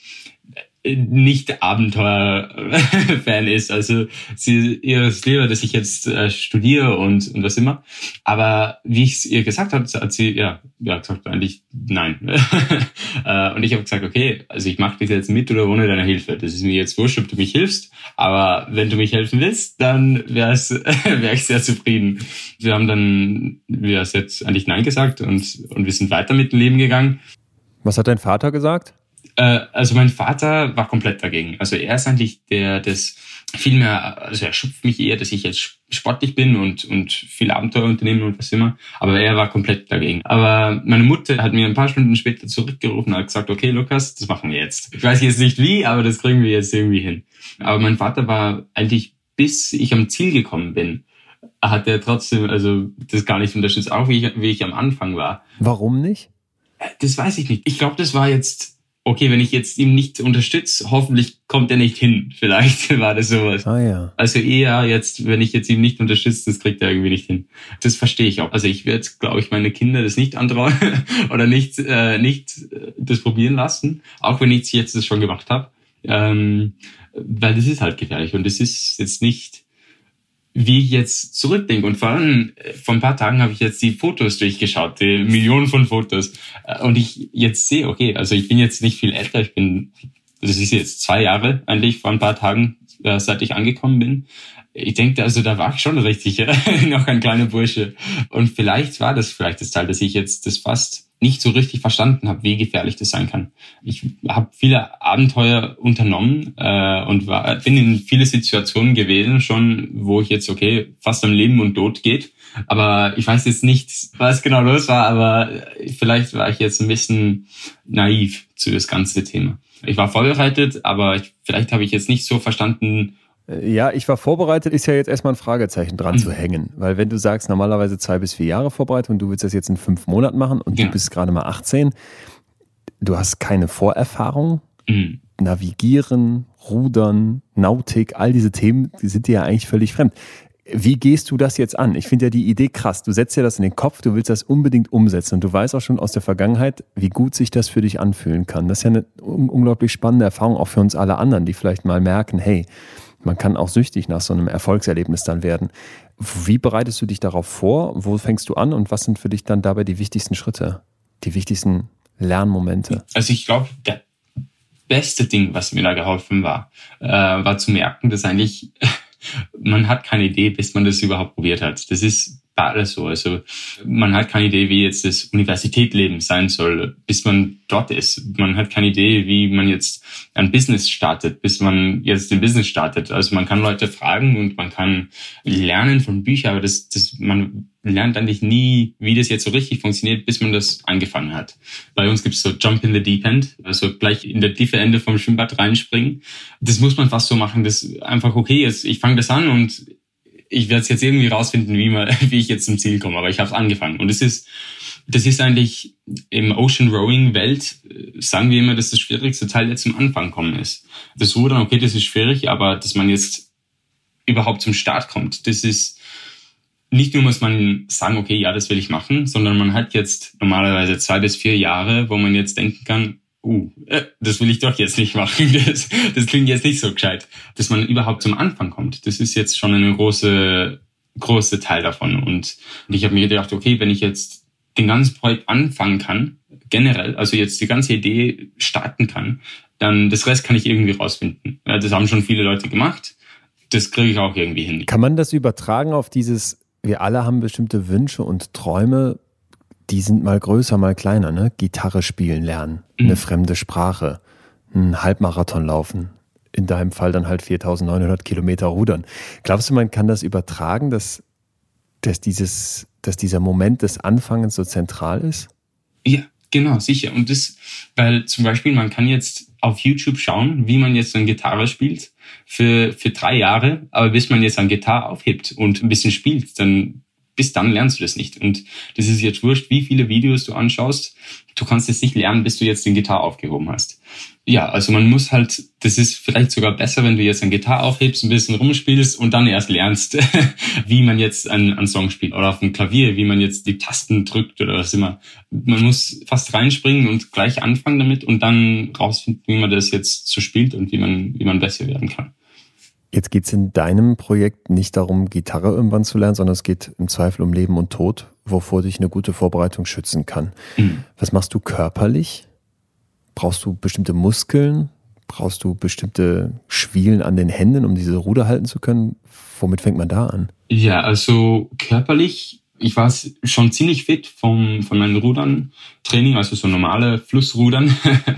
nicht Abenteuer-Fan ist. Also ihr ist lieber, dass ich jetzt studiere und was immer. Aber wie ich es ihr gesagt habe, hat sie gesagt eigentlich nein. Und ich habe gesagt, okay, also ich mache das jetzt mit oder ohne deine Hilfe. Das ist mir jetzt wurscht, ob du mich hilfst. Aber wenn du mich helfen willst, dann wäre ich sehr zufrieden. Wir haben dann jetzt eigentlich nein gesagt und wir sind weiter mit dem Leben gegangen. Was hat dein Vater gesagt? Also mein Vater war komplett dagegen. Also er ist eigentlich das viel mehr, also er schupft mich eher, dass ich jetzt sportlich bin und viel Abenteuer unternehmen und was immer. Aber er war komplett dagegen. Aber meine Mutter hat mir ein paar Stunden später zurückgerufen und hat gesagt, okay Lukas, das machen wir jetzt. Ich weiß jetzt nicht wie, aber das kriegen wir jetzt irgendwie hin. Aber mein Vater war eigentlich, bis ich am Ziel gekommen bin, hat er trotzdem also das gar nicht unterstützt, auch wie ich am Anfang war. Warum nicht? Das weiß ich nicht. Ich glaube, das war jetzt okay, wenn ich jetzt ihm nicht unterstütze, hoffentlich kommt er nicht hin. Vielleicht war das sowas. Ah ja. Also eher jetzt, wenn ich jetzt ihm nicht unterstütze, das kriegt er irgendwie nicht hin. Das verstehe ich auch. Also ich werde, glaube ich, meine Kinder das nicht androhen oder nicht das probieren lassen, auch wenn ich jetzt das schon gemacht habe. Weil das ist halt gefährlich und das ist jetzt nicht, wie ich jetzt zurückdenke. Und vor allem, vor ein paar Tagen habe ich jetzt die Fotos durchgeschaut, die Millionen von Fotos. Und ich jetzt sehe, okay, also ich bin jetzt nicht viel älter. Das ist jetzt 2 Jahre eigentlich, vor ein paar Tagen, seit ich angekommen bin. Ich denke, also da war ich schon richtig noch ein kleiner Bursche. Und vielleicht war das das Teil, dass ich jetzt das fast nicht so richtig verstanden habe, wie gefährlich das sein kann. Ich habe viele Abenteuer unternommen und bin in viele Situationen gewesen schon, wo ich jetzt, okay, fast am Leben und Tod geht. Aber ich weiß jetzt nicht, was genau los war, aber vielleicht war ich jetzt ein bisschen naiv zu das ganze Thema. Ich war vorbereitet, aber vielleicht habe ich jetzt nicht so verstanden. Ja, ich war vorbereitet, ist ja jetzt erstmal ein Fragezeichen dran zu hängen. Weil wenn du sagst, normalerweise 2 bis 4 Jahre Vorbereitung und du willst das jetzt in 5 Monaten machen und du bist gerade mal 18, du hast keine Vorerfahrung, Navigieren, Rudern, Nautik, all diese Themen, die sind dir ja eigentlich völlig fremd. Wie gehst du das jetzt an? Ich finde ja die Idee krass. Du setzt dir das in den Kopf, du willst das unbedingt umsetzen und du weißt auch schon aus der Vergangenheit, wie gut sich das für dich anfühlen kann. Das ist ja eine unglaublich spannende Erfahrung auch für uns alle anderen, die vielleicht mal merken, hey, man kann auch süchtig nach so einem Erfolgserlebnis dann werden. Wie bereitest du dich darauf vor? Wo fängst du an und was sind für dich dann dabei die wichtigsten Schritte, die wichtigsten Lernmomente? Also ich glaube, der beste Ding, was mir da geholfen war zu merken, dass eigentlich man hat keine Idee, bis man das überhaupt probiert hat. Das ist bei alles so. Also man hat keine Idee, wie jetzt das Universitätsleben sein soll, bis man dort ist. Man hat keine Idee, wie man jetzt ein Business startet, bis man jetzt ein Business startet. Also man kann Leute fragen und man kann lernen von Büchern, aber man lernt eigentlich nie, wie das jetzt so richtig funktioniert, bis man das angefangen hat. Bei uns gibt's so Jump in the Deep End, also gleich in der tiefe Ende vom Schwimmbad reinspringen. Das muss man fast so machen, dass einfach, okay, jetzt ich fange das an und ich werde es jetzt irgendwie rausfinden, wie ich jetzt zum Ziel komme, aber ich habe es angefangen. Und das ist eigentlich im Ocean Rowing Welt, sagen wir immer, dass das schwierigste Teil jetzt zum Anfang kommen ist. Das Rudern, okay, das ist schwierig, aber dass man jetzt überhaupt zum Start kommt, das ist nicht nur muss man sagen, okay, ja, das will ich machen, sondern man hat jetzt normalerweise 2 bis 4 Jahre, wo man jetzt denken kann, das will ich doch jetzt nicht machen. Das klingt jetzt nicht so gescheit. Dass man überhaupt zum Anfang kommt, das ist jetzt schon eine große Teil davon. Und ich habe mir gedacht, okay, wenn ich jetzt den ganzen Projekt anfangen kann, generell, also jetzt die ganze Idee starten kann, dann das Rest kann ich irgendwie rausfinden. Ja, das haben schon viele Leute gemacht. Das kriege ich auch irgendwie hin. Kann man das übertragen auf dieses, wir alle haben bestimmte Wünsche und Träume, die sind mal größer, mal kleiner, ne? Gitarre spielen lernen, eine fremde Sprache, einen Halbmarathon laufen, in deinem Fall dann halt 4.900 Kilometer rudern. Glaubst du, man kann das übertragen, dass dieser Moment des Anfangens so zentral ist? Ja, genau, sicher. Und weil zum Beispiel man kann jetzt auf YouTube schauen, wie man jetzt eine Gitarre spielt für 3 Jahre, aber bis man jetzt eine Gitarre aufhebt und ein bisschen spielt, dann bis dann lernst du das nicht. Und das ist jetzt wurscht, wie viele Videos du anschaust. Du kannst es nicht lernen, bis du jetzt den Gitarre aufgehoben hast. Ja, also man muss halt, das ist vielleicht sogar besser, wenn du jetzt ein Gitarre aufhebst, ein bisschen rumspielst und dann erst lernst, wie man jetzt einen Song spielt. Oder auf dem Klavier, wie man jetzt die Tasten drückt oder was immer. Man muss fast reinspringen und gleich anfangen damit und dann rausfinden, wie man das jetzt so spielt und wie man besser werden kann. Jetzt geht es in deinem Projekt nicht darum, Gitarre irgendwann zu lernen, sondern es geht im Zweifel um Leben und Tod, wovor dich eine gute Vorbereitung schützen kann. Was machst du körperlich? Brauchst du bestimmte Muskeln? Brauchst du bestimmte Schwielen an den Händen, um diese Ruder halten zu können? Womit fängt man da an? Ja, also körperlich, ich war schon ziemlich fit von meinen Rudern-Training, also so normale Flussrudern.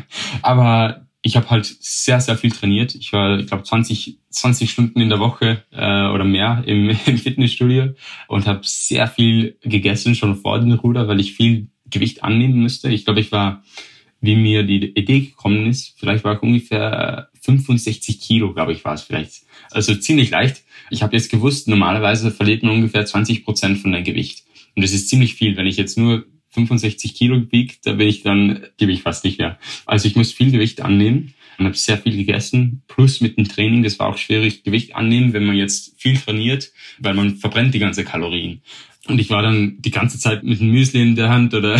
Aber ich habe halt sehr, sehr viel trainiert. Ich war, ich glaube, 20 Stunden in der Woche oder mehr im Fitnessstudio und habe sehr viel gegessen schon vor dem Ruder, weil ich viel Gewicht annehmen müsste. Ich glaube, wie mir die Idee gekommen ist, vielleicht war ich ungefähr 65 Kilo, glaube ich, war es vielleicht. Also ziemlich leicht. Ich habe jetzt gewusst, normalerweise verliert man ungefähr 20% von deinem Gewicht. Und das ist ziemlich viel. Wenn ich jetzt nur 65 Kilo wiegt, gebe ich fast nicht mehr. Also ich muss viel Gewicht annehmen und habe sehr viel gegessen. Plus mit dem Training, das war auch schwierig, Gewicht annehmen, wenn man jetzt viel trainiert, weil man verbrennt die ganze Kalorien. Und ich war dann die ganze Zeit mit einem Müsli in der Hand oder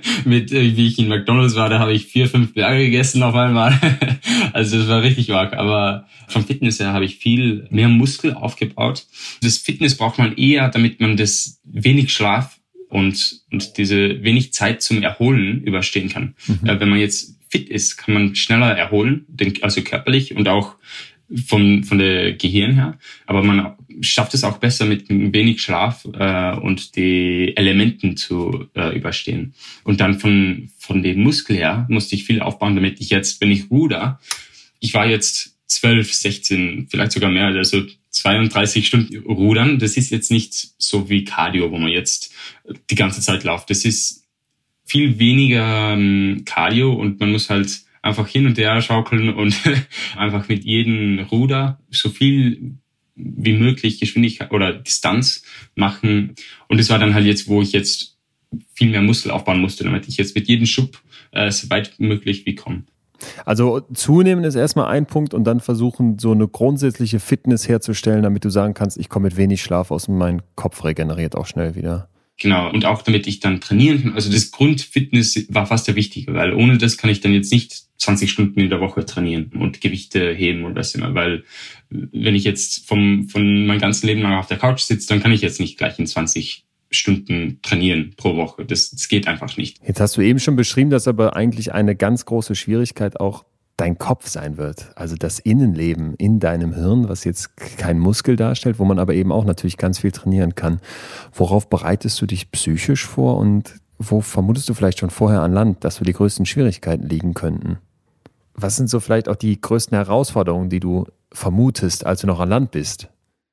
wie ich in McDonald's war, da habe ich 4-5 Burger gegessen auf einmal. Also das war richtig arg. Aber vom Fitness her habe ich viel mehr Muskel aufgebaut. Das Fitness braucht man eher, damit man das wenig Schlaf und diese wenig Zeit zum Erholen überstehen kann. Wenn man jetzt fit ist, kann man schneller erholen, also körperlich und auch von der Gehirn her. Aber man schafft es auch besser mit wenig Schlaf und die Elementen zu überstehen. Und dann von den Muskeln her musste ich viel aufbauen, damit ich jetzt, wenn ich ruder, ich war jetzt 12, 16, vielleicht sogar mehr, also 32 Stunden rudern. Das ist jetzt nicht so wie Cardio, wo man jetzt die ganze Zeit läuft. Das ist viel weniger Cardio und man muss halt einfach hin und her schaukeln und einfach mit jedem Ruder so viel wie möglich Geschwindigkeit oder Distanz machen. Und das war dann halt jetzt, wo ich jetzt viel mehr Muskel aufbauen musste, damit ich jetzt mit jedem Schub so weit möglich wie komme. Also zunehmen ist erstmal ein Punkt und dann versuchen, so eine grundsätzliche Fitness herzustellen, damit du sagen kannst, ich komme mit wenig Schlaf aus und mein Kopf regeneriert auch schnell wieder. Genau, und auch damit ich dann trainieren kann. Also das Grundfitness war fast der wichtige, weil ohne das kann ich dann jetzt nicht 20 Stunden in der Woche trainieren und Gewichte heben und das immer, weil wenn ich jetzt von meinem ganzen Leben lang auf der Couch sitze, dann kann ich jetzt nicht gleich in 20 Stunden trainieren pro Woche. Das geht einfach nicht. Jetzt hast du eben schon beschrieben, dass aber eigentlich eine ganz große Schwierigkeit auch dein Kopf sein wird. Also das Innenleben in deinem Hirn, was jetzt kein Muskel darstellt, wo man aber eben auch natürlich ganz viel trainieren kann. Worauf bereitest du dich psychisch vor und wo vermutest du vielleicht schon vorher an Land, dass so die größten Schwierigkeiten liegen könnten? Was sind so vielleicht auch die größten Herausforderungen, die du vermutest, als du noch an Land bist?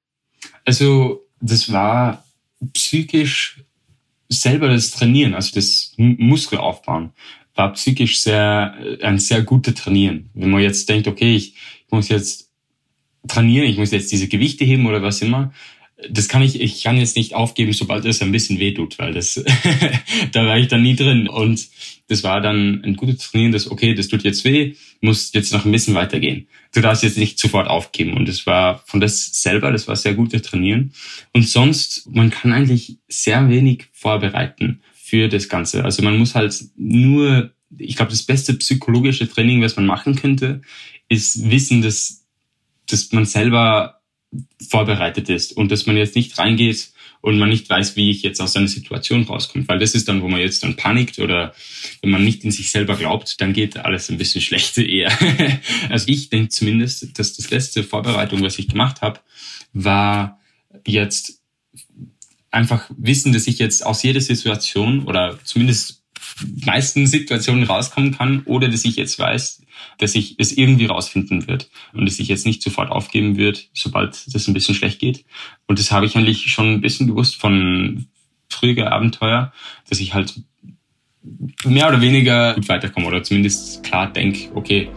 Also das war psychisch selber das Trainieren, also das Muskelaufbauen, war psychisch ein sehr gutes Trainieren. Wenn man jetzt denkt, okay, ich muss jetzt trainieren, ich muss jetzt diese Gewichte heben oder was immer, ich kann jetzt nicht aufgeben, sobald es ein bisschen wehtut, weil da war ich dann nie drin. Und das war dann ein gutes Trainieren, das tut jetzt weh, muss jetzt noch ein bisschen weitergehen. Du darfst jetzt nicht sofort aufgeben. Und das war das war sehr gutes Trainieren. Und sonst, man kann eigentlich sehr wenig vorbereiten für das Ganze. Also man muss halt nur, ich glaube, das beste psychologische Training, was man machen könnte, ist wissen, dass man selber vorbereitet ist und dass man jetzt nicht reingeht und man nicht weiß, wie ich jetzt aus einer Situation rauskomme. Weil das ist dann, wo man jetzt dann panikt oder wenn man nicht in sich selber glaubt, dann geht alles ein bisschen schlechter eher. Also ich denke zumindest, dass das letzte Vorbereitung, was ich gemacht habe, war jetzt einfach wissen, dass ich jetzt aus jeder Situation oder zumindest meisten Situationen rauskommen kann oder dass ich jetzt weiß, dass ich es irgendwie rausfinden wird und dass ich jetzt nicht sofort aufgeben wird, sobald das ein bisschen schlecht geht. Und das habe ich eigentlich schon ein bisschen gewusst von früheren Abenteuer, dass ich halt mehr oder weniger gut weiterkomme oder zumindest klar denke, okay,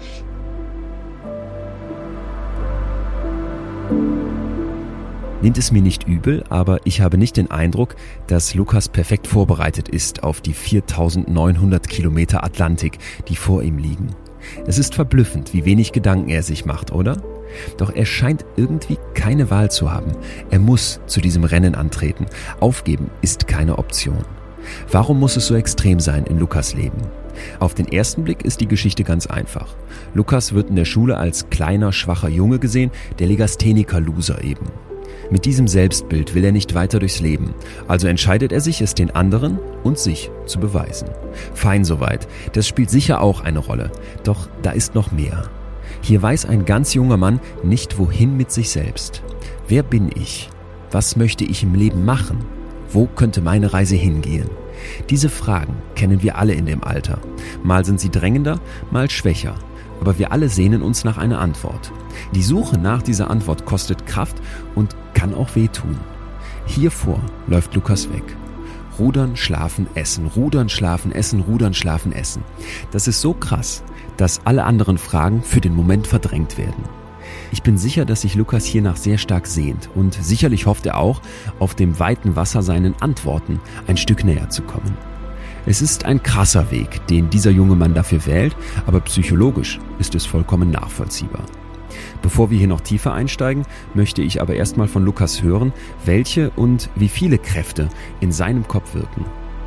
Nehmt es mir nicht übel, aber ich habe nicht den Eindruck, dass Lukas perfekt vorbereitet ist auf die 4.900 Kilometer Atlantik, die vor ihm liegen. Es ist verblüffend, wie wenig Gedanken er sich macht, oder? Doch er scheint irgendwie keine Wahl zu haben. Er muss zu diesem Rennen antreten. Aufgeben ist keine Option. Warum muss es so extrem sein in Lukas Leben? Auf den ersten Blick ist die Geschichte ganz einfach. Lukas wird in der Schule als kleiner, schwacher Junge gesehen, der Legastheniker-Loser eben. Mit diesem Selbstbild will er nicht weiter durchs Leben, also entscheidet er sich, es den anderen und sich zu beweisen. Fein soweit, das spielt sicher auch eine Rolle, doch da ist noch mehr. Hier weiß ein ganz junger Mann nicht wohin mit sich selbst. Wer bin ich? Was möchte ich im Leben machen? Wo könnte meine Reise hingehen? Diese Fragen kennen wir alle in dem Alter. Mal sind sie drängender, mal schwächer. Aber wir alle sehnen uns nach einer Antwort. Die Suche nach dieser Antwort kostet Kraft und kann auch wehtun. Hiervor läuft Lukas weg. Rudern, schlafen, essen, rudern, schlafen, essen, rudern, schlafen, essen. Das ist so krass, dass alle anderen Fragen für den Moment verdrängt werden. Ich bin sicher, dass sich Lukas hiernach sehr stark sehnt und sicherlich hofft er auch, auf dem weiten Wasser seinen Antworten ein Stück näher zu kommen. Es ist ein krasser Weg, den dieser junge Mann dafür wählt, aber psychologisch ist es vollkommen nachvollziehbar. Bevor wir hier noch tiefer einsteigen, möchte ich aber erstmal von Lukas hören, welche und wie viele Kräfte in seinem Kopf wirken.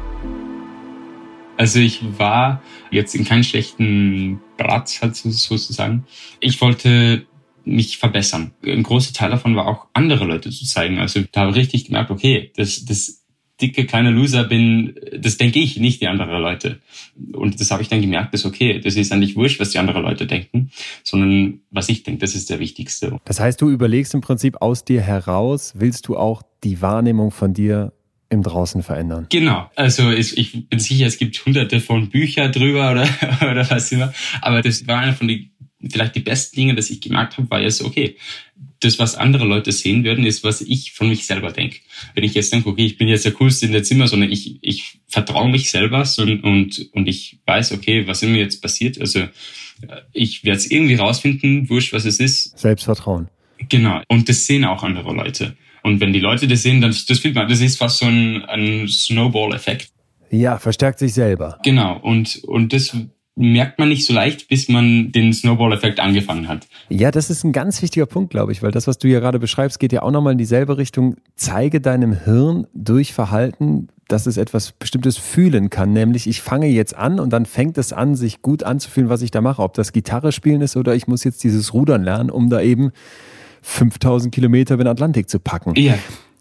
Also ich war jetzt in keinem schlechten Platz, halt sozusagen. Ich wollte mich verbessern. Ein großer Teil davon war auch, andere Leute zu zeigen. Also da habe ich richtig gemerkt, okay, das dicke kleine Loser bin, das denke ich, nicht die anderen Leute. Und das habe ich dann gemerkt, dass okay, das ist eigentlich wurscht, was die anderen Leute denken, sondern was ich denke, das ist der Wichtigste. Das heißt, du überlegst im Prinzip aus dir heraus, willst du auch die Wahrnehmung von dir im Draußen verändern? Genau. Also ich bin sicher, es gibt hunderte von Büchern drüber oder was immer. Aber das war einer von vielleicht die besten Dinge, dass ich gemerkt habe, war jetzt okay, das, was andere Leute sehen würden, ist, was ich von mich selber denke. Wenn ich jetzt denke, okay, ich bin jetzt der Coolste in der Zimmer, sondern ich vertraue mich selber und ich weiß, okay, was immer jetzt passiert, also ich werde es irgendwie rausfinden, wurscht, was es ist. Selbstvertrauen. Genau. Und das sehen auch andere Leute. Und wenn die Leute das sehen, dann das fühlt man, das ist fast so ein Snowball-Effekt. Ja, verstärkt sich selber. Genau. Und das merkt man nicht so leicht, bis man den Snowball-Effekt angefangen hat. Ja, das ist ein ganz wichtiger Punkt, glaube ich, weil das, was du ja gerade beschreibst, geht ja auch nochmal in dieselbe Richtung. Zeige deinem Hirn durch Verhalten, dass es etwas Bestimmtes fühlen kann, nämlich ich fange jetzt an und dann fängt es an, sich gut anzufühlen, was ich da mache, ob das Gitarre spielen ist oder ich muss jetzt dieses Rudern lernen, um da eben 5000 Kilometer über den Atlantik zu packen. Ja.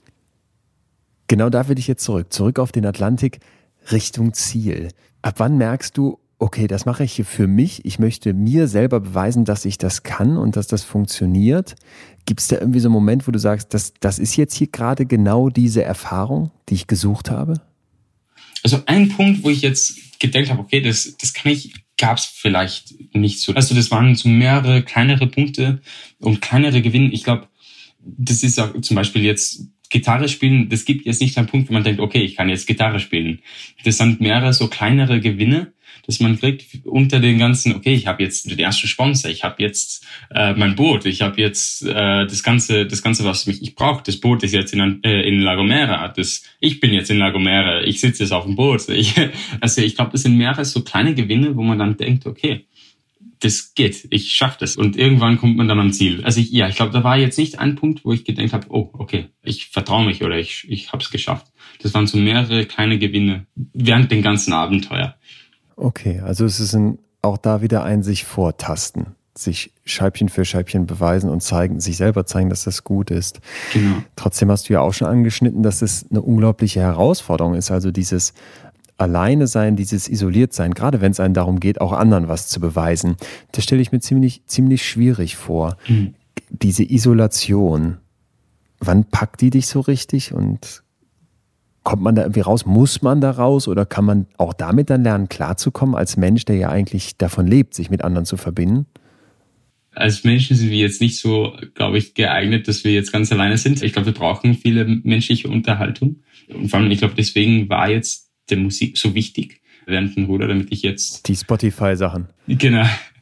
Genau da will ich jetzt zurück auf den Atlantik Richtung Ziel. Ab wann merkst du, okay, das mache ich hier für mich. Ich möchte mir selber beweisen, dass ich das kann und dass das funktioniert. Gibt es da irgendwie so einen Moment, wo du sagst, das ist jetzt hier gerade genau diese Erfahrung, die ich gesucht habe? Also ein Punkt, wo ich jetzt gedacht habe, okay, das kann ich, gab es vielleicht nicht so. Also das waren so mehrere kleinere Punkte und kleinere Gewinne. Ich glaube, das ist auch zum Beispiel jetzt Gitarre spielen, das gibt jetzt nicht einen Punkt, wo man denkt, okay, ich kann jetzt Gitarre spielen. Das sind mehrere so kleinere Gewinne, dass man kriegt unter den ganzen, okay, ich habe jetzt den ersten Sponsor, ich habe jetzt mein Boot, ich habe jetzt das Ganze, was ich brauche. Das Boot ist jetzt in La Gomera, ich bin jetzt in La Gomera, ich sitze jetzt auf dem Boot. Ich glaube, das sind mehrere so kleine Gewinne, wo man dann denkt, okay, das geht, ich schaffe das. Und irgendwann kommt man dann am Ziel. Also ich glaube, da war jetzt nicht ein Punkt, wo ich gedacht habe, oh, okay, ich vertraue mich oder ich habe es geschafft. Das waren so mehrere kleine Gewinne während dem ganzen Abenteuer. Okay, also es ist auch da wieder ein sich vortasten, sich Scheibchen für Scheibchen beweisen und sich selber zeigen, dass das gut ist. Genau. Trotzdem hast du ja auch schon angeschnitten, dass es eine unglaubliche Herausforderung ist, also dieses Alleine sein, dieses isoliert sein, gerade wenn es einem darum geht, auch anderen was zu beweisen. Das stelle ich mir ziemlich schwierig vor. Mhm. Diese Isolation, wann packt die dich so richtig und kommt man da irgendwie raus? Muss man da raus oder kann man auch damit dann lernen, klarzukommen als Mensch, der ja eigentlich davon lebt, sich mit anderen zu verbinden? Als Menschen sind wir jetzt nicht so, glaube ich, geeignet, dass wir jetzt ganz alleine sind. Ich glaube, wir brauchen viele menschliche Unterhaltung. Und vor allem, ich glaube, deswegen war jetzt der Musik so wichtig während dem Ruder, damit ich jetzt... Die Spotify-Sachen. Genau.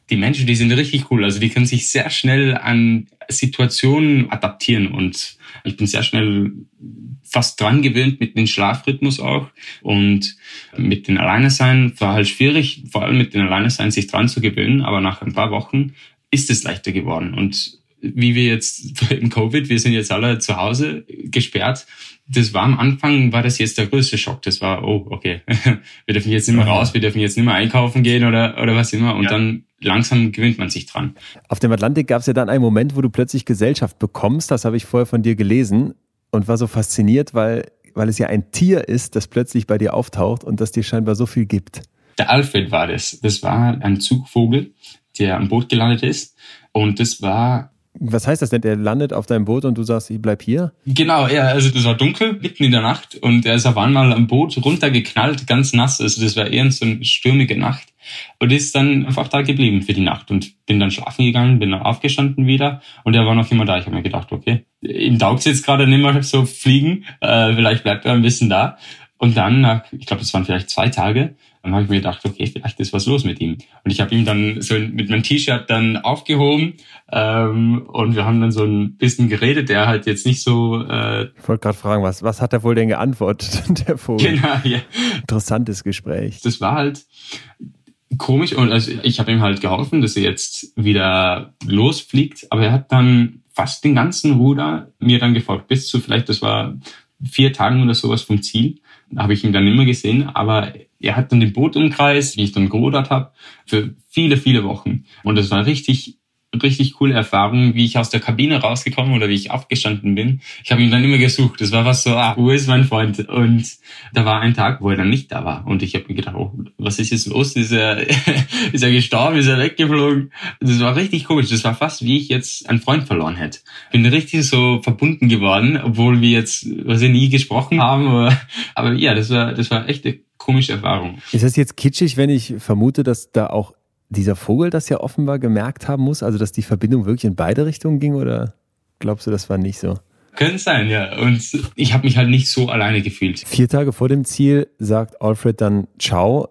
die Menschen, die sind richtig cool. Also die können sich sehr schnell an Situationen adaptieren und ich bin sehr schnell fast dran gewöhnt mit dem Schlafrhythmus auch und mit dem Alleinesein war halt schwierig, vor allem mit dem Alleinesein sich dran zu gewöhnen, aber nach ein paar Wochen ist es leichter geworden und wie wir jetzt im Covid, wir sind jetzt alle zu Hause gesperrt, das war am Anfang, war das jetzt der größte Schock. Das war, oh, okay, wir dürfen jetzt nicht mehr raus, wir dürfen jetzt nicht mehr einkaufen gehen oder was immer. Und dann langsam gewöhnt man sich dran. Auf dem Atlantik gab es ja dann einen Moment, wo du plötzlich Gesellschaft bekommst. Das habe ich vorher von dir gelesen und war so fasziniert, weil es ja ein Tier ist, das plötzlich bei dir auftaucht und das dir scheinbar so viel gibt. Der Alfred war das. Das war ein Zugvogel, der am Boot gelandet ist. Und das war... Was heißt das denn? Der landet auf deinem Boot und du sagst, ich bleib hier? Genau, ja, also das war dunkel, mitten in der Nacht und er ist auf einmal am Boot runtergeknallt, ganz nass, also das war eher so eine stürmige Nacht und ist dann einfach da geblieben für die Nacht und bin dann schlafen gegangen, bin dann aufgestanden wieder und er war noch immer da. Ich habe mir gedacht, okay, ihm taugt's jetzt gerade nicht mehr so fliegen, vielleicht bleibt er ein bisschen da und dann, ich glaube, es waren vielleicht 2 Tage, dann habe ich mir gedacht, okay, vielleicht ist was los mit ihm. Und ich habe ihm dann so mit meinem T-Shirt dann aufgehoben und wir haben dann so ein bisschen geredet, der halt jetzt nicht so... Ich wollte gerade fragen, was hat er wohl denn geantwortet, der Vogel? Genau, ja. Interessantes Gespräch. Das war halt komisch und also ich habe ihm halt geholfen, dass er jetzt wieder losfliegt, aber er hat dann fast den ganzen Ruder mir dann gefolgt, bis zu vielleicht, das war 4 Tagen oder sowas vom Ziel, habe ich ihn dann immer gesehen, aber er hat dann den Boot umkreist, wie ich dann gerudert habe, für viele, viele Wochen. Und das war richtig coole Erfahrung, wie ich aus der Kabine rausgekommen oder wie ich aufgestanden bin. Ich habe ihn dann immer gesucht. Das war was so, wo ist mein Freund? Und da war ein Tag, wo er dann nicht da war. Und ich habe mir gedacht, oh, was ist jetzt los? Ist er gestorben? Ist er weggeflogen? Das war richtig komisch. Das war fast, wie ich jetzt einen Freund verloren hätte. Bin richtig so verbunden geworden, obwohl wir jetzt nie gesprochen haben. Aber ja, das war echt eine komische Erfahrung. Ist das jetzt kitschig, wenn ich vermute, dass da auch dieser Vogel das ja offenbar gemerkt haben muss, also dass die Verbindung wirklich in beide Richtungen ging, oder glaubst du, das war nicht so? Könnte sein, ja. Und ich habe mich halt nicht so alleine gefühlt. 4 Tage vor dem Ziel sagt Alfred dann Ciao.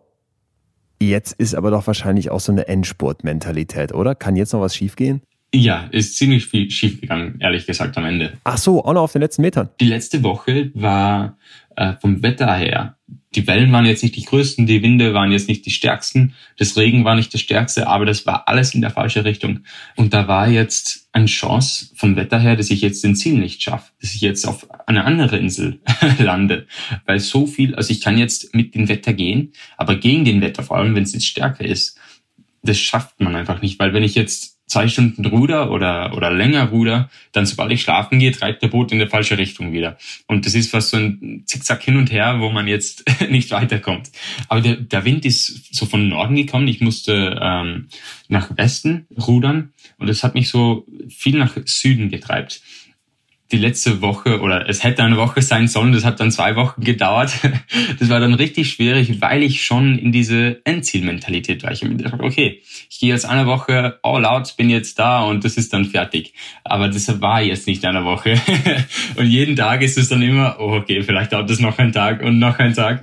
Jetzt ist aber doch wahrscheinlich auch so eine Endspurt-Mentalität, oder? Kann jetzt noch was schiefgehen? Ja, ist ziemlich viel schiefgegangen, ehrlich gesagt, am Ende. Ach so, auch noch auf den letzten Metern. Die letzte Woche war vom Wetter her, die Wellen waren jetzt nicht die größten, die Winde waren jetzt nicht die stärksten, das Regen war nicht das stärkste, aber das war alles in der falschen Richtung. Und da war jetzt eine Chance vom Wetter her, dass ich jetzt den Ziel nicht schaffe, dass ich jetzt auf eine andere Insel lande. Weil so viel, also ich kann jetzt mit dem Wetter gehen, aber gegen den Wetter, vor allem wenn es jetzt stärker ist, das schafft man einfach nicht, weil wenn ich jetzt 2 Stunden ruder oder länger ruder, dann sobald ich schlafen gehe, treibt der Boot in der falsche Richtung wieder. Und das ist fast so ein Zickzack hin und her, wo man jetzt nicht weiterkommt. Aber der Wind ist so von Norden gekommen. Ich musste nach Westen rudern und das hat mich so viel nach Süden getreibt. Die letzte Woche, oder es hätte eine Woche sein sollen, das hat dann 2 Wochen gedauert. Das war dann richtig schwierig, weil ich schon in diese Endzielmentalität war. Ich habe mir gedacht, okay, ich gehe jetzt eine Woche all out, bin jetzt da und das ist dann fertig. Aber das war jetzt nicht eine Woche. Und jeden Tag ist es dann immer, oh okay, vielleicht dauert das noch einen Tag und noch einen Tag.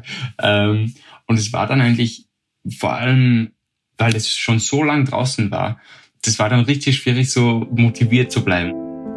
Und es war dann eigentlich, vor allem, weil es schon so lang draußen war, das war dann richtig schwierig, so motiviert zu bleiben.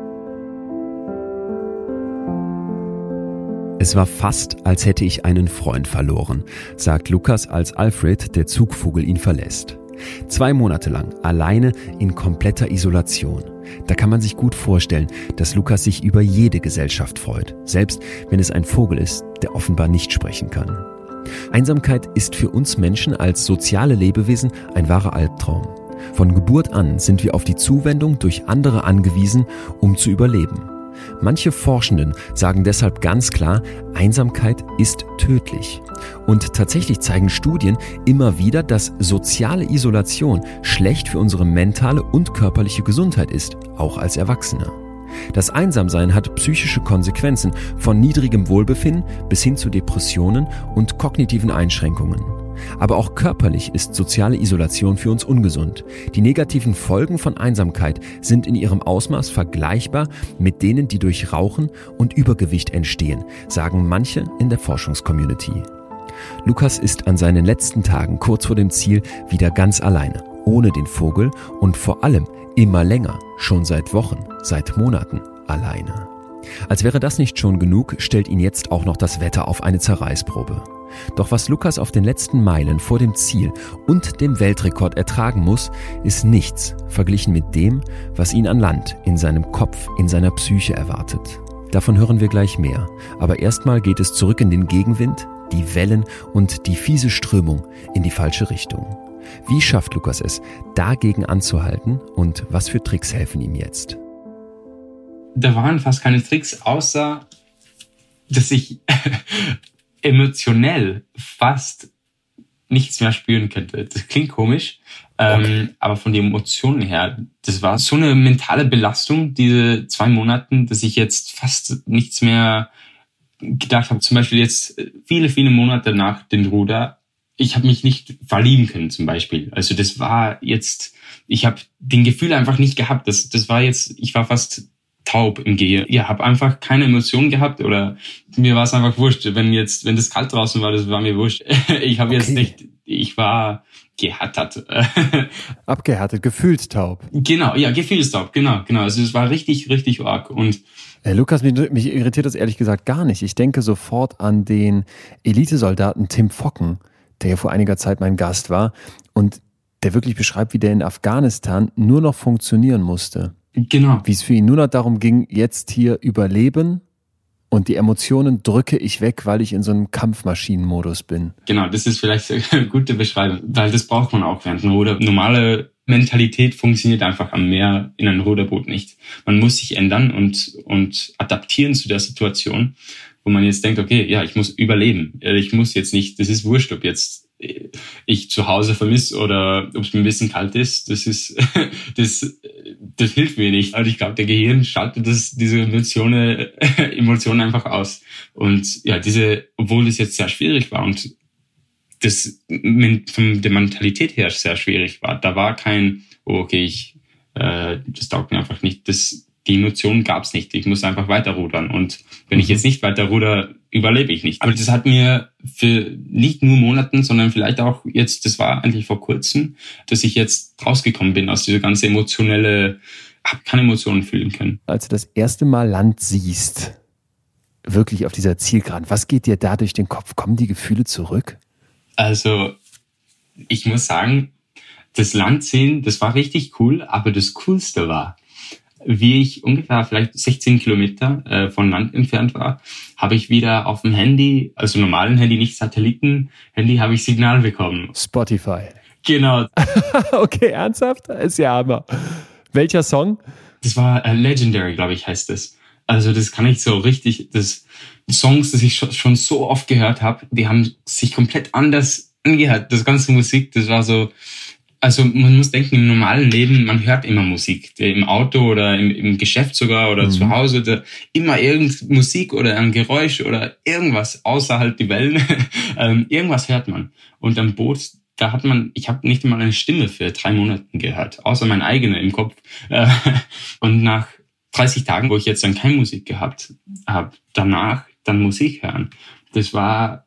Es war fast, als hätte ich einen Freund verloren, sagt Lukas, als Alfred, der Zugvogel, ihn verlässt. 2 Monate lang, alleine in kompletter Isolation. Da kann man sich gut vorstellen, dass Lukas sich über jede Gesellschaft freut, selbst wenn es ein Vogel ist, der offenbar nicht sprechen kann. Einsamkeit ist für uns Menschen als soziale Lebewesen ein wahrer Albtraum. Von Geburt an sind wir auf die Zuwendung durch andere angewiesen, um zu überleben. Manche Forschenden sagen deshalb ganz klar, Einsamkeit ist tödlich. Und tatsächlich zeigen Studien immer wieder, dass soziale Isolation schlecht für unsere mentale und körperliche Gesundheit ist, auch als Erwachsene. Das Einsamsein hat psychische Konsequenzen, von niedrigem Wohlbefinden bis hin zu Depressionen und kognitiven Einschränkungen. Aber auch körperlich ist soziale Isolation für uns ungesund. Die negativen Folgen von Einsamkeit sind in ihrem Ausmaß vergleichbar mit denen, die durch Rauchen und Übergewicht entstehen, sagen manche in der Forschungscommunity. Lukas ist an seinen letzten Tagen kurz vor dem Ziel wieder ganz alleine, ohne den Vogel und vor allem immer länger, schon seit Wochen, seit Monaten alleine. Als wäre das nicht schon genug, stellt ihn jetzt auch noch das Wetter auf eine Zerreißprobe. Doch was Lukas auf den letzten Meilen vor dem Ziel und dem Weltrekord ertragen muss, ist nichts verglichen mit dem, was ihn an Land, in seinem Kopf, in seiner Psyche erwartet. Davon hören wir gleich mehr. Aber erstmal geht es zurück in den Gegenwind, die Wellen und die fiese Strömung in die falsche Richtung. Wie schafft Lukas es, dagegen anzuhalten und was für Tricks helfen ihm jetzt? Da waren fast keine Tricks, außer dass ich emotionell fast nichts mehr spüren könnte. Das klingt komisch, okay. Aber von den Emotionen her, das war so eine mentale Belastung, diese 2 Monate, dass ich jetzt fast nichts mehr gedacht habe. Zum Beispiel jetzt viele, viele Monate nach dem Ruder, ich habe mich nicht verlieben können zum Beispiel. Also das war jetzt, ich habe den Gefühl einfach nicht gehabt. Das war jetzt, ich war fast taub im Gehirn. Ich habe einfach keine Emotionen gehabt oder mir war es einfach wurscht. Wenn das kalt draußen war, das war mir wurscht. Ich war gehärtet. Abgehärtet, gefühlstaub. Genau, ja, gefühlstaub, genau. Also es war richtig, richtig arg. Und Lukas, mich irritiert das ehrlich gesagt gar nicht. Ich denke sofort an den Elitesoldaten Tim Focken, der ja vor einiger Zeit mein Gast war und der wirklich beschreibt, wie der in Afghanistan nur noch funktionieren musste. Genau. Wie es für ihn nur noch darum ging, jetzt hier überleben und die Emotionen drücke ich weg, weil ich in so einem Kampfmaschinenmodus bin. Genau, das ist vielleicht eine gute Beschreibung, weil das braucht man auch während dem Ruder. Normale Mentalität funktioniert einfach am Meer in einem Ruderboot nicht. Man muss sich ändern und adaptieren zu der Situation, wo man jetzt denkt, okay, ja, ich muss überleben. Ich muss jetzt nicht, das ist wurscht, ob jetzt ich zu Hause vermisse oder ob es mir ein bisschen kalt ist, das hilft mir nicht. Also ich glaube, der Gehirn schaltet diese Emotionen einfach aus. Und ja, obwohl das jetzt sehr schwierig war und das von der Mentalität her sehr schwierig war, da war kein, das taugt mir einfach nicht, die Emotionen gab es nicht. Ich muss einfach weiter rudern. Und wenn ich jetzt nicht weiter ruder, überlebe ich nicht. Aber das hat mir für nicht nur Monaten, sondern vielleicht auch jetzt, das war eigentlich vor kurzem, dass ich jetzt rausgekommen bin aus dieser ganzen habe keine Emotionen fühlen können. Als du das erste Mal Land siehst, wirklich auf dieser Zielgeraden, was geht dir da durch den Kopf? Kommen die Gefühle zurück? Also, ich muss sagen, das Land sehen, das war richtig cool, aber das Coolste war, wie ich ungefähr vielleicht 16 Kilometer von Land entfernt war, habe ich wieder auf dem Handy, also normalen Handy, nicht Satelliten-Handy, habe ich Signal bekommen. Spotify. Genau. Okay, ernsthaft? Ist ja Hammer. Welcher Song? Das war Legendary, glaube ich, heißt das. Also das kann ich so richtig, Songs, die ich schon so oft gehört habe, die haben sich komplett anders angehört. Das ganze Musik, das war so. Also man muss denken, im normalen Leben, man hört immer Musik. Im Auto oder im Geschäft sogar oder zu Hause. Immer irgendeine Musik oder ein Geräusch oder irgendwas, außer halt die Wellen. Irgendwas hört man. Und am Boot, ich habe nicht einmal eine Stimme für 3 Monate gehört, außer meine eigene im Kopf. Und nach 30 Tagen, wo ich jetzt dann keine Musik gehabt habe, danach dann Musik hören. Das war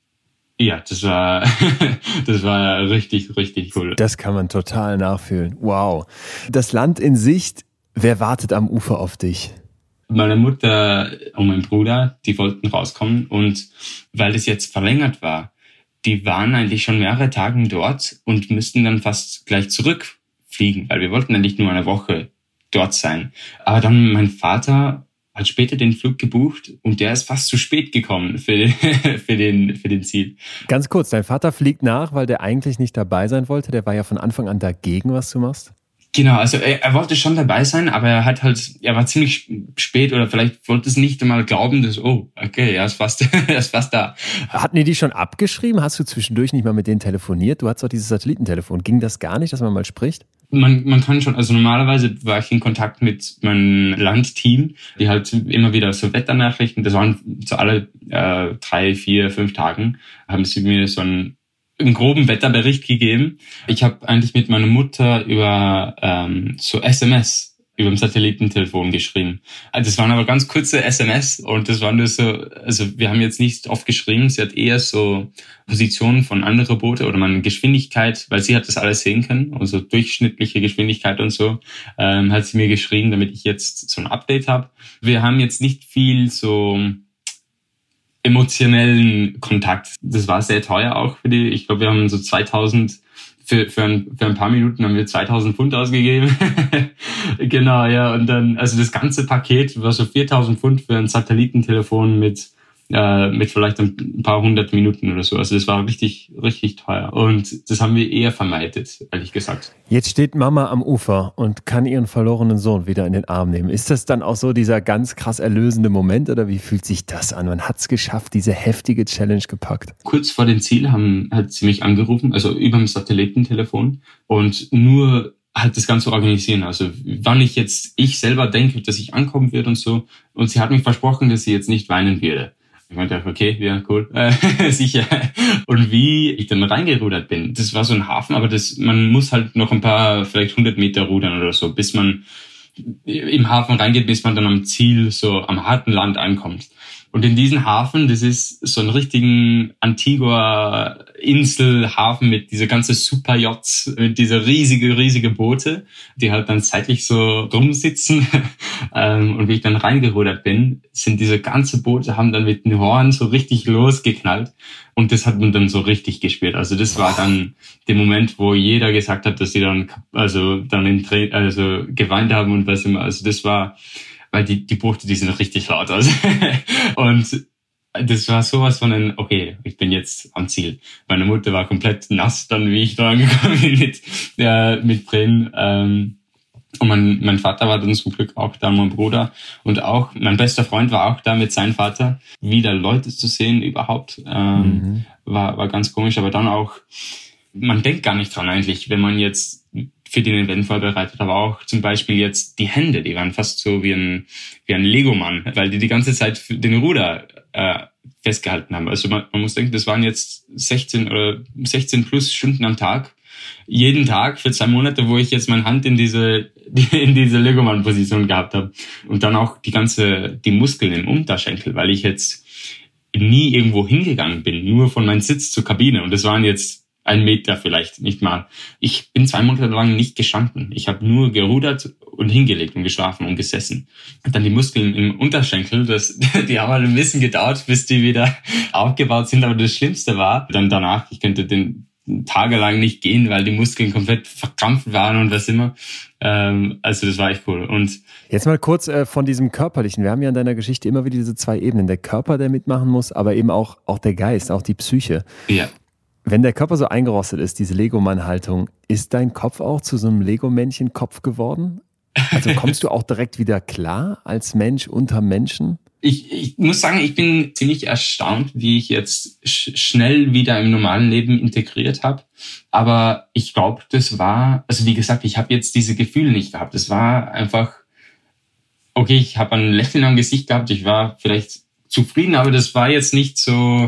richtig, richtig cool. Das kann man total nachfühlen. Wow. Das Land in Sicht, wer wartet am Ufer auf dich? Meine Mutter und mein Bruder, die wollten rauskommen und weil das jetzt verlängert war, die waren eigentlich schon mehrere Tage dort und müssten dann fast gleich zurückfliegen, weil wir wollten eigentlich nur eine Woche dort sein. Aber dann mein Vater hat später den Flug gebucht und der ist fast zu spät gekommen für den Ziel. Ganz kurz, dein Vater fliegt nach, weil der eigentlich nicht dabei sein wollte. Der war ja von Anfang an dagegen, was du machst. Genau, also er wollte schon dabei sein, aber er war ziemlich spät oder vielleicht wollte es nicht einmal glauben, dass, er ist fast da. Hatten die schon abgeschrieben? Hast du zwischendurch nicht mal mit denen telefoniert? Du hattest doch dieses Satellitentelefon. Ging das gar nicht, dass man mal spricht? Man kann schon, also normalerweise war ich in Kontakt mit meinem Landteam, die halt immer wieder so Wetternachrichten, das waren so alle 3, 4, 5 Tagen, haben sie mir so einen groben Wetterbericht gegeben. Ich habe eigentlich mit meiner Mutter über so SMS über dem Satellitentelefon geschrieben. Also das waren aber ganz kurze SMS und das waren nur so, also wir haben jetzt nicht oft geschrieben, sie hat eher so Positionen von anderen Boote oder meine Geschwindigkeit, weil sie hat das alles sehen können, also durchschnittliche Geschwindigkeit und so, hat sie mir geschrieben, damit ich jetzt so ein Update habe. Wir haben jetzt nicht viel so emotionellen Kontakt. Das war sehr teuer auch für die, ich glaube, wir haben so 2000 für ein paar Minuten haben wir 2000 Pfund ausgegeben. Genau, ja. Und dann, also das ganze Paket war so 4000 Pfund für ein Satellitentelefon mit vielleicht ein paar hundert Minuten oder so. Also das war richtig, richtig teuer. Und das haben wir eher vermeidet, ehrlich gesagt. Jetzt steht Mama am Ufer und kann ihren verlorenen Sohn wieder in den Arm nehmen. Ist das dann auch so dieser ganz krass erlösende Moment oder wie fühlt sich das an? Man hat es geschafft, diese heftige Challenge gepackt. Kurz vor dem Ziel hat sie mich angerufen, also über dem Satellitentelefon und nur halt das Ganze organisieren. Also wann ich selber denke, dass ich ankommen werde und so. Und sie hat mir versprochen, dass sie jetzt nicht weinen würde. Ich meinte, okay, ja, cool, sicher. Und wie ich dann reingerudert bin, das war so ein Hafen, aber man muss halt noch ein paar, vielleicht 100 Meter rudern oder so, bis man im Hafen reingeht, bis man dann am Ziel, so am harten Land ankommt. Und in diesem Hafen, das ist so ein richtigen Antigua-Inselhafen mit dieser ganzen Superyachts, mit dieser riesige Boote, die halt dann zeitlich so rumsitzen. Und wie ich dann reingerudert bin, sind diese ganzen Boote, haben dann mit den Horn so richtig losgeknallt. Und das hat man dann so richtig gespürt. Also das war dann der Moment, wo jeder gesagt hat, dass sie dann geweint haben und was immer. Also das war, weil die Boote, die sind richtig laut. Also und das war sowas von okay, ich bin jetzt am Ziel. Meine Mutter war komplett nass dann, wie ich da angekommen bin mit Tränen. Und mein Vater war dann zum Glück auch da, mein Bruder. Und auch mein bester Freund war auch da mit seinem Vater. Wieder Leute zu sehen überhaupt, war ganz komisch. Aber dann auch, man denkt gar nicht dran eigentlich, wenn man jetzt für den Event vorbereitet, aber auch zum Beispiel jetzt die Hände, die waren fast so wie ein Lego-Mann, weil die ganze Zeit den Ruder festgehalten haben. Also man muss denken, das waren jetzt 16 plus Stunden am Tag, jeden Tag für 2 Monate, wo ich jetzt meine Hand in diese Lego-Mann-Position gehabt habe. Und dann auch die Muskeln im Unterschenkel, weil ich jetzt nie irgendwo hingegangen bin, nur von meinem Sitz zur Kabine. Und das waren jetzt 1 Meter vielleicht, nicht mal. Ich bin 2 Monate lang nicht gestanden. Ich habe nur gerudert und hingelegt und geschlafen und gesessen. Und dann die Muskeln im Unterschenkel, die haben halt ein bisschen gedauert, bis die wieder aufgebaut sind. Aber das Schlimmste war dann danach, ich könnte tagelang nicht gehen, weil die Muskeln komplett verkrampft waren und was immer. Also das war echt cool. Und jetzt mal kurz von diesem Körperlichen. Wir haben ja in deiner Geschichte immer wieder diese 2 Ebenen. Der Körper, der mitmachen muss, aber eben auch der Geist, auch die Psyche. Ja. Wenn der Körper so eingerostet ist, diese Lego-Mann-Haltung, ist dein Kopf auch zu so einem Lego-Männchen-Kopf geworden? Also kommst du auch direkt wieder klar als Mensch unter Menschen? Ich muss sagen, ich bin ziemlich erstaunt, wie ich jetzt schnell wieder im normalen Leben integriert habe. Aber ich glaube, das war, also wie gesagt, ich habe jetzt diese Gefühle nicht gehabt. Das war einfach, okay, ich habe ein Lächeln am Gesicht gehabt, ich war vielleicht zufrieden, aber das war jetzt nicht so...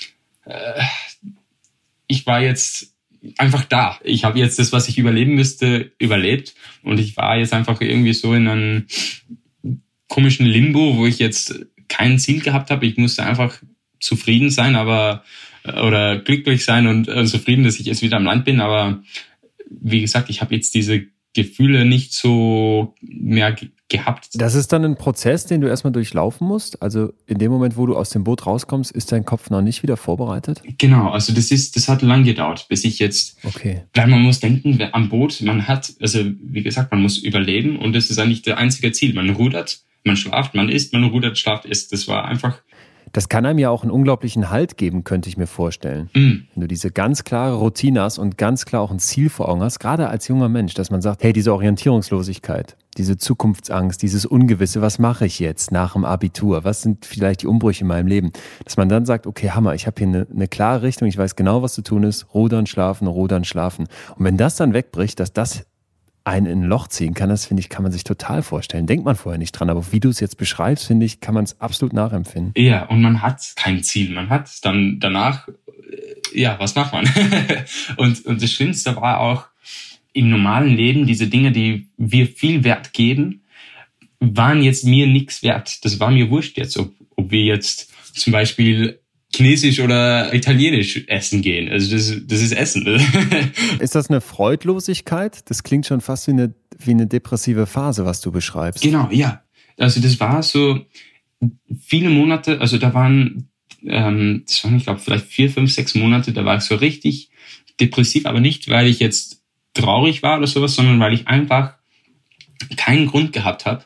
Ich war jetzt einfach da. Ich habe jetzt das, was ich überleben müsste, überlebt. Und ich war jetzt einfach irgendwie so in einem komischen Limbo, wo ich jetzt kein Ziel gehabt habe. Ich musste einfach zufrieden sein, oder glücklich sein und zufrieden, dass ich jetzt wieder am Land bin. Aber wie gesagt, ich habe jetzt diese Gefühle nicht so mehr gehabt. Das ist dann ein Prozess, den du erstmal durchlaufen musst? Also in dem Moment, wo du aus dem Boot rauskommst, ist dein Kopf noch nicht wieder vorbereitet? Genau, also das hat lang gedauert, bis ich jetzt... Okay. Weil man muss denken, am Boot, wie gesagt, man muss überleben und das ist eigentlich der einzige Ziel. Man rudert, man schlaft, man isst, man rudert, schlaft, isst. Das war einfach... Das kann einem ja auch einen unglaublichen Halt geben, könnte ich mir vorstellen. Wenn du diese ganz klare Routine hast und ganz klar auch ein Ziel vor Augen hast, gerade als junger Mensch, dass man sagt, hey, diese Orientierungslosigkeit, diese Zukunftsangst, dieses Ungewisse, was mache ich jetzt nach dem Abitur? Was sind vielleicht die Umbrüche in meinem Leben? Dass man dann sagt, okay, Hammer, ich habe hier eine klare Richtung, ich weiß genau, was zu tun ist, rudern, schlafen. Und wenn das dann wegbricht, dass das einen in ein Loch ziehen kann, das finde ich, kann man sich total vorstellen. Denkt man vorher nicht dran, aber wie du es jetzt beschreibst, finde ich, kann man es absolut nachempfinden. Ja, und man hat kein Ziel. Man hat dann danach, was macht man? und das Schlimmste war auch, im normalen Leben, diese Dinge, die wir viel Wert geben, waren jetzt mir nichts wert. Das war mir wurscht jetzt, ob wir jetzt zum Beispiel Chinesisch oder Italienisch essen gehen. Also das ist Essen. Ist das eine Freudlosigkeit? Das klingt schon fast wie eine depressive Phase, was du beschreibst. Genau, ja. Also das war so viele Monate, also das waren, ich glaube, vielleicht 4, 5, 6 Monate, da war ich so richtig depressiv, aber nicht, weil ich jetzt traurig war oder sowas, sondern weil ich einfach keinen Grund gehabt habe,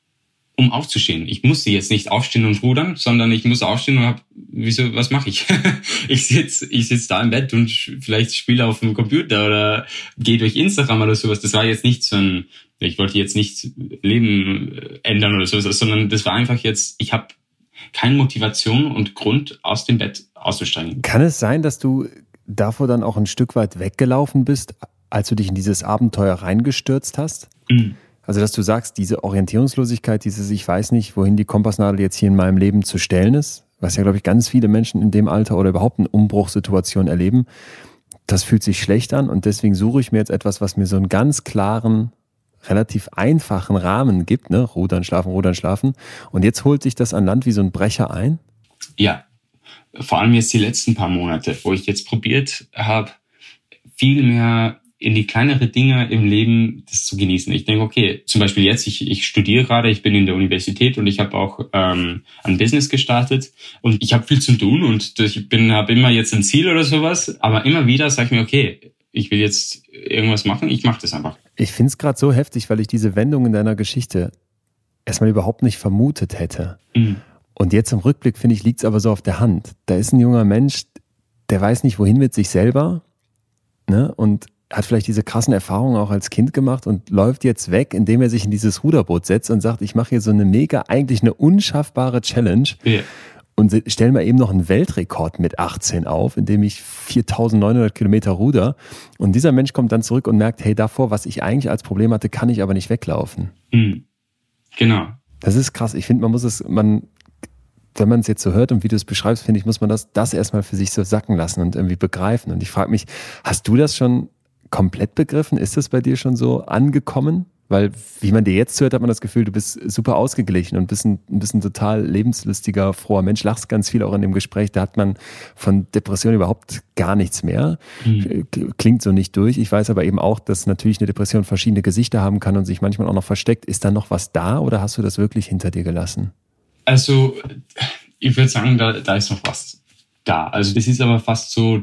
um aufzustehen. Ich musste jetzt nicht aufstehen und rudern, sondern ich muss aufstehen und was mache ich? Ich sitz da im Bett und vielleicht spiele auf dem Computer oder gehe durch Instagram oder sowas. Das war jetzt nicht so ich wollte jetzt nicht Leben ändern oder sowas, sondern das war einfach jetzt, ich habe keine Motivation und Grund, aus dem Bett auszusteigen. Kann es sein, dass du davor dann auch ein Stück weit weggelaufen bist, als du dich in dieses Abenteuer reingestürzt hast? Mhm. Also, dass du sagst, diese Orientierungslosigkeit, ich weiß nicht, wohin die Kompassnadel jetzt hier in meinem Leben zu stellen ist, was ja, glaube ich, ganz viele Menschen in dem Alter oder überhaupt in Umbruchssituationen erleben, das fühlt sich schlecht an und deswegen suche ich mir jetzt etwas, was mir so einen ganz klaren, relativ einfachen Rahmen gibt, ne? Rudern, schlafen. Und jetzt holt sich das an Land wie so ein Brecher ein? Ja, vor allem jetzt die letzten paar Monate, wo ich jetzt probiert habe, viel mehr in die kleinere Dinge im Leben das zu genießen. Ich denke, okay, zum Beispiel jetzt, ich studiere gerade, ich bin in der Universität und ich habe auch ein Business gestartet und ich habe viel zu tun und ich habe immer jetzt ein Ziel oder sowas, aber immer wieder sage ich mir, okay, ich will jetzt irgendwas machen, ich mache das einfach. Ich finde es gerade so heftig, weil ich diese Wendung in deiner Geschichte erstmal überhaupt nicht vermutet hätte. Mhm. Und jetzt im Rückblick, finde ich, liegt es aber so auf der Hand. Da ist ein junger Mensch, der weiß nicht, wohin mit sich selber, ne? Und hat vielleicht diese krassen Erfahrungen auch als Kind gemacht und läuft jetzt weg, indem er sich in dieses Ruderboot setzt und sagt, ich mache hier so eigentlich eine unschaffbare Challenge und stelle mal eben noch einen Weltrekord mit 18 auf, indem ich 4.900 Kilometer ruder. Und dieser Mensch kommt dann zurück und merkt, hey, davor, was ich eigentlich als Problem hatte, kann ich aber nicht weglaufen. Mhm. Genau. Das ist krass. Ich finde, wenn man es jetzt so hört und wie du es beschreibst, finde ich, muss man das erstmal für sich so sacken lassen und irgendwie begreifen. Und ich frage mich, hast du das schon komplett begriffen? Ist das bei dir schon so angekommen? Weil, wie man dir jetzt hört, hat man das Gefühl, du bist super ausgeglichen und bist ein total lebenslustiger, froher Mensch, lachst ganz viel auch in dem Gespräch. Da hat man von Depression überhaupt gar nichts mehr. Klingt so nicht durch. Ich weiß aber eben auch, dass natürlich eine Depression verschiedene Gesichter haben kann und sich manchmal auch noch versteckt. Ist da noch was da oder hast du das wirklich hinter dir gelassen? Also, ich würde sagen, da ist noch was da. Also, das ist aber fast so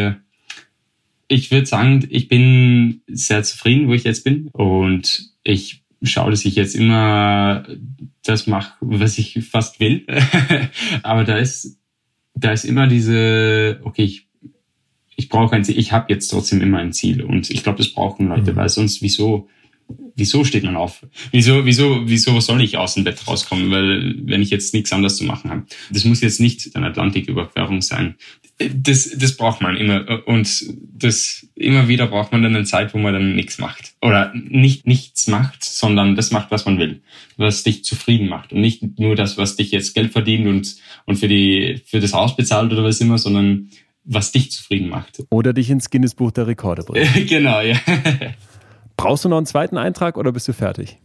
ich würde sagen, ich bin sehr zufrieden, wo ich jetzt bin. Und ich schaue, dass ich jetzt immer das mache, was ich fast will. Aber da ist immer diese, okay, ich brauche ein Ziel. Ich habe jetzt trotzdem immer ein Ziel. Und ich glaube, das brauchen Leute, weil sonst wieso steht man auf? Wieso soll ich aus dem Bett rauskommen? Weil, wenn ich jetzt nichts anderes zu machen habe. Das muss jetzt nicht eine Atlantiküberquerung sein. Das braucht man immer. Und immer wieder braucht man dann eine Zeit, wo man dann nichts macht. Oder nicht nichts macht, sondern das macht, was man will. Was dich zufrieden macht. Und nicht nur das, was dich jetzt Geld verdient und für das Haus bezahlt oder was immer, sondern was dich zufrieden macht. Oder dich ins Guinness-Buch der Rekorde bringt. Genau, ja. Brauchst du noch einen zweiten Eintrag oder bist du fertig?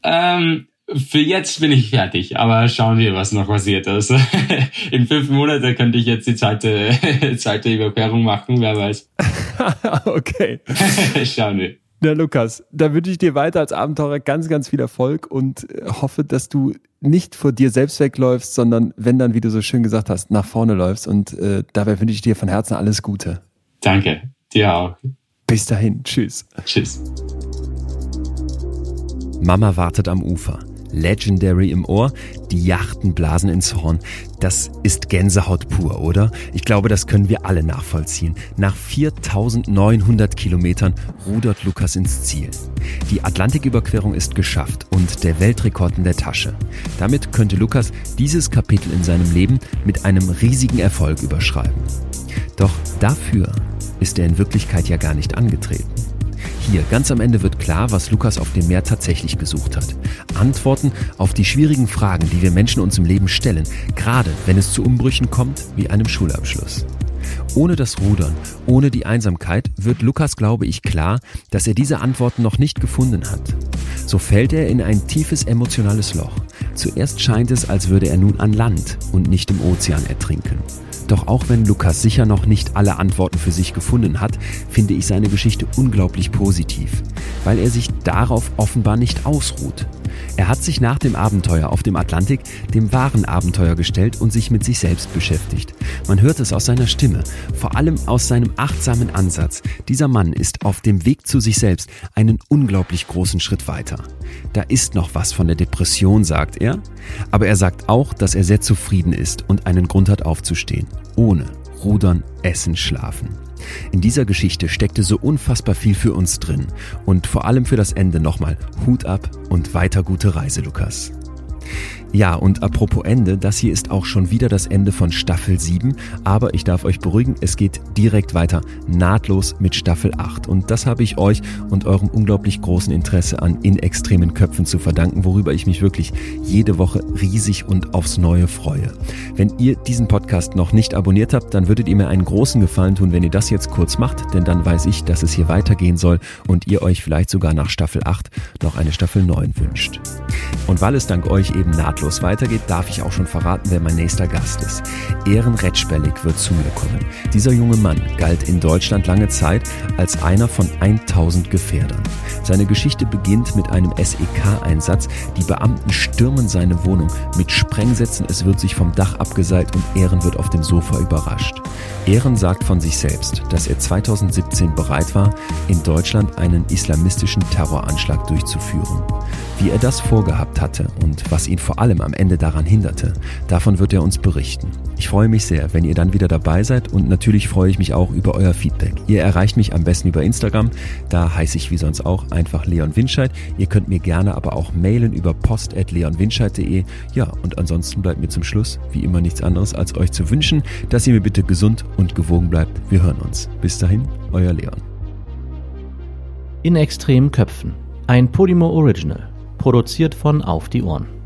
Für jetzt bin ich fertig, aber schauen wir, was noch passiert ist. In 5 Monaten könnte ich jetzt die zweite Überquerung machen, wer weiß. Okay. Schauen wir. Na Lukas, da wünsche ich dir weiter als Abenteurer ganz, ganz viel Erfolg und hoffe, dass du nicht vor dir selbst wegläufst, sondern wenn dann, wie du so schön gesagt hast, nach vorne läufst. Und dabei wünsche ich dir von Herzen alles Gute. Danke, dir auch. Bis dahin, tschüss. Tschüss. Mama wartet am Ufer. Legendary im Ohr, die Yachten blasen ins Horn. Das ist Gänsehaut pur, oder? Ich glaube, das können wir alle nachvollziehen. Nach 4.900 Kilometern rudert Lukas ins Ziel. Die Atlantiküberquerung ist geschafft und der Weltrekord in der Tasche. Damit könnte Lukas dieses Kapitel in seinem Leben mit einem riesigen Erfolg überschreiben. Doch dafür ist er in Wirklichkeit ja gar nicht angetreten. Hier, ganz am Ende wird klar, was Lukas auf dem Meer tatsächlich gesucht hat. Antworten auf die schwierigen Fragen, die wir Menschen uns im Leben stellen, gerade wenn es zu Umbrüchen kommt, wie einem Schulabschluss. Ohne das Rudern, ohne die Einsamkeit wird Lukas, glaube ich, klar, dass er diese Antworten noch nicht gefunden hat. So fällt er in ein tiefes emotionales Loch. Zuerst scheint es, als würde er nun an Land und nicht im Ozean ertrinken. Doch auch wenn Lukas sicher noch nicht alle Antworten für sich gefunden hat, finde ich seine Geschichte unglaublich positiv, weil er sich darauf offenbar nicht ausruht. Er hat sich nach dem Abenteuer auf dem Atlantik dem wahren Abenteuer gestellt und sich mit sich selbst beschäftigt. Man hört es aus seiner Stimme, vor allem aus seinem achtsamen Ansatz. Dieser Mann ist auf dem Weg zu sich selbst einen unglaublich großen Schritt weiter. Da ist noch was von der Depression, sagt er, aber er sagt auch, dass er sehr zufrieden ist und einen Grund hat aufzustehen. Ohne Rudern, Essen, Schlafen. In dieser Geschichte steckte so unfassbar viel für uns drin. Und vor allem für das Ende nochmal Hut ab und weiter gute Reise, Lukas. Ja, und apropos Ende, das hier ist auch schon wieder das Ende von Staffel 7, aber ich darf euch beruhigen, es geht direkt weiter, nahtlos mit Staffel 8 und das habe ich euch und eurem unglaublich großen Interesse an In extremen Köpfen zu verdanken, worüber ich mich wirklich jede Woche riesig und aufs Neue freue. Wenn ihr diesen Podcast noch nicht abonniert habt, dann würdet ihr mir einen großen Gefallen tun, wenn ihr das jetzt kurz macht, denn dann weiß ich, dass es hier weitergehen soll und ihr euch vielleicht sogar nach Staffel 8 noch eine Staffel 9 wünscht. Und weil es dank euch eben nahtlos weitergeht, darf ich auch schon verraten, wer mein nächster Gast ist. Ehren Retschbellig wird zu mir kommen. Dieser junge Mann galt in Deutschland lange Zeit als einer von 1000 Gefährdern. Seine Geschichte beginnt mit einem SEK-Einsatz. Die Beamten stürmen seine Wohnung mit Sprengsätzen. Es wird sich vom Dach abgeseilt und Ehren wird auf dem Sofa überrascht. Ehren sagt von sich selbst, dass er 2017 bereit war, in Deutschland einen islamistischen Terroranschlag durchzuführen. Wie er das vorgehabt hatte und was ihn vor allem am Ende daran hinderte, davon wird er uns berichten. Ich freue mich sehr, wenn ihr dann wieder dabei seid und natürlich freue ich mich auch über euer Feedback. Ihr erreicht mich am besten über Instagram, da heiße ich wie sonst auch einfach Leon Winscheid. Ihr könnt mir gerne aber auch mailen über post@leonwinscheid.de. Ja, und ansonsten bleibt mir zum Schluss wie immer nichts anderes, als euch zu wünschen, dass ihr mir bitte gesund und gewogen bleibt. Wir hören uns. Bis dahin, euer Leon. In extremen Köpfen. Ein Podimo Original. Produziert von Auf die Ohren.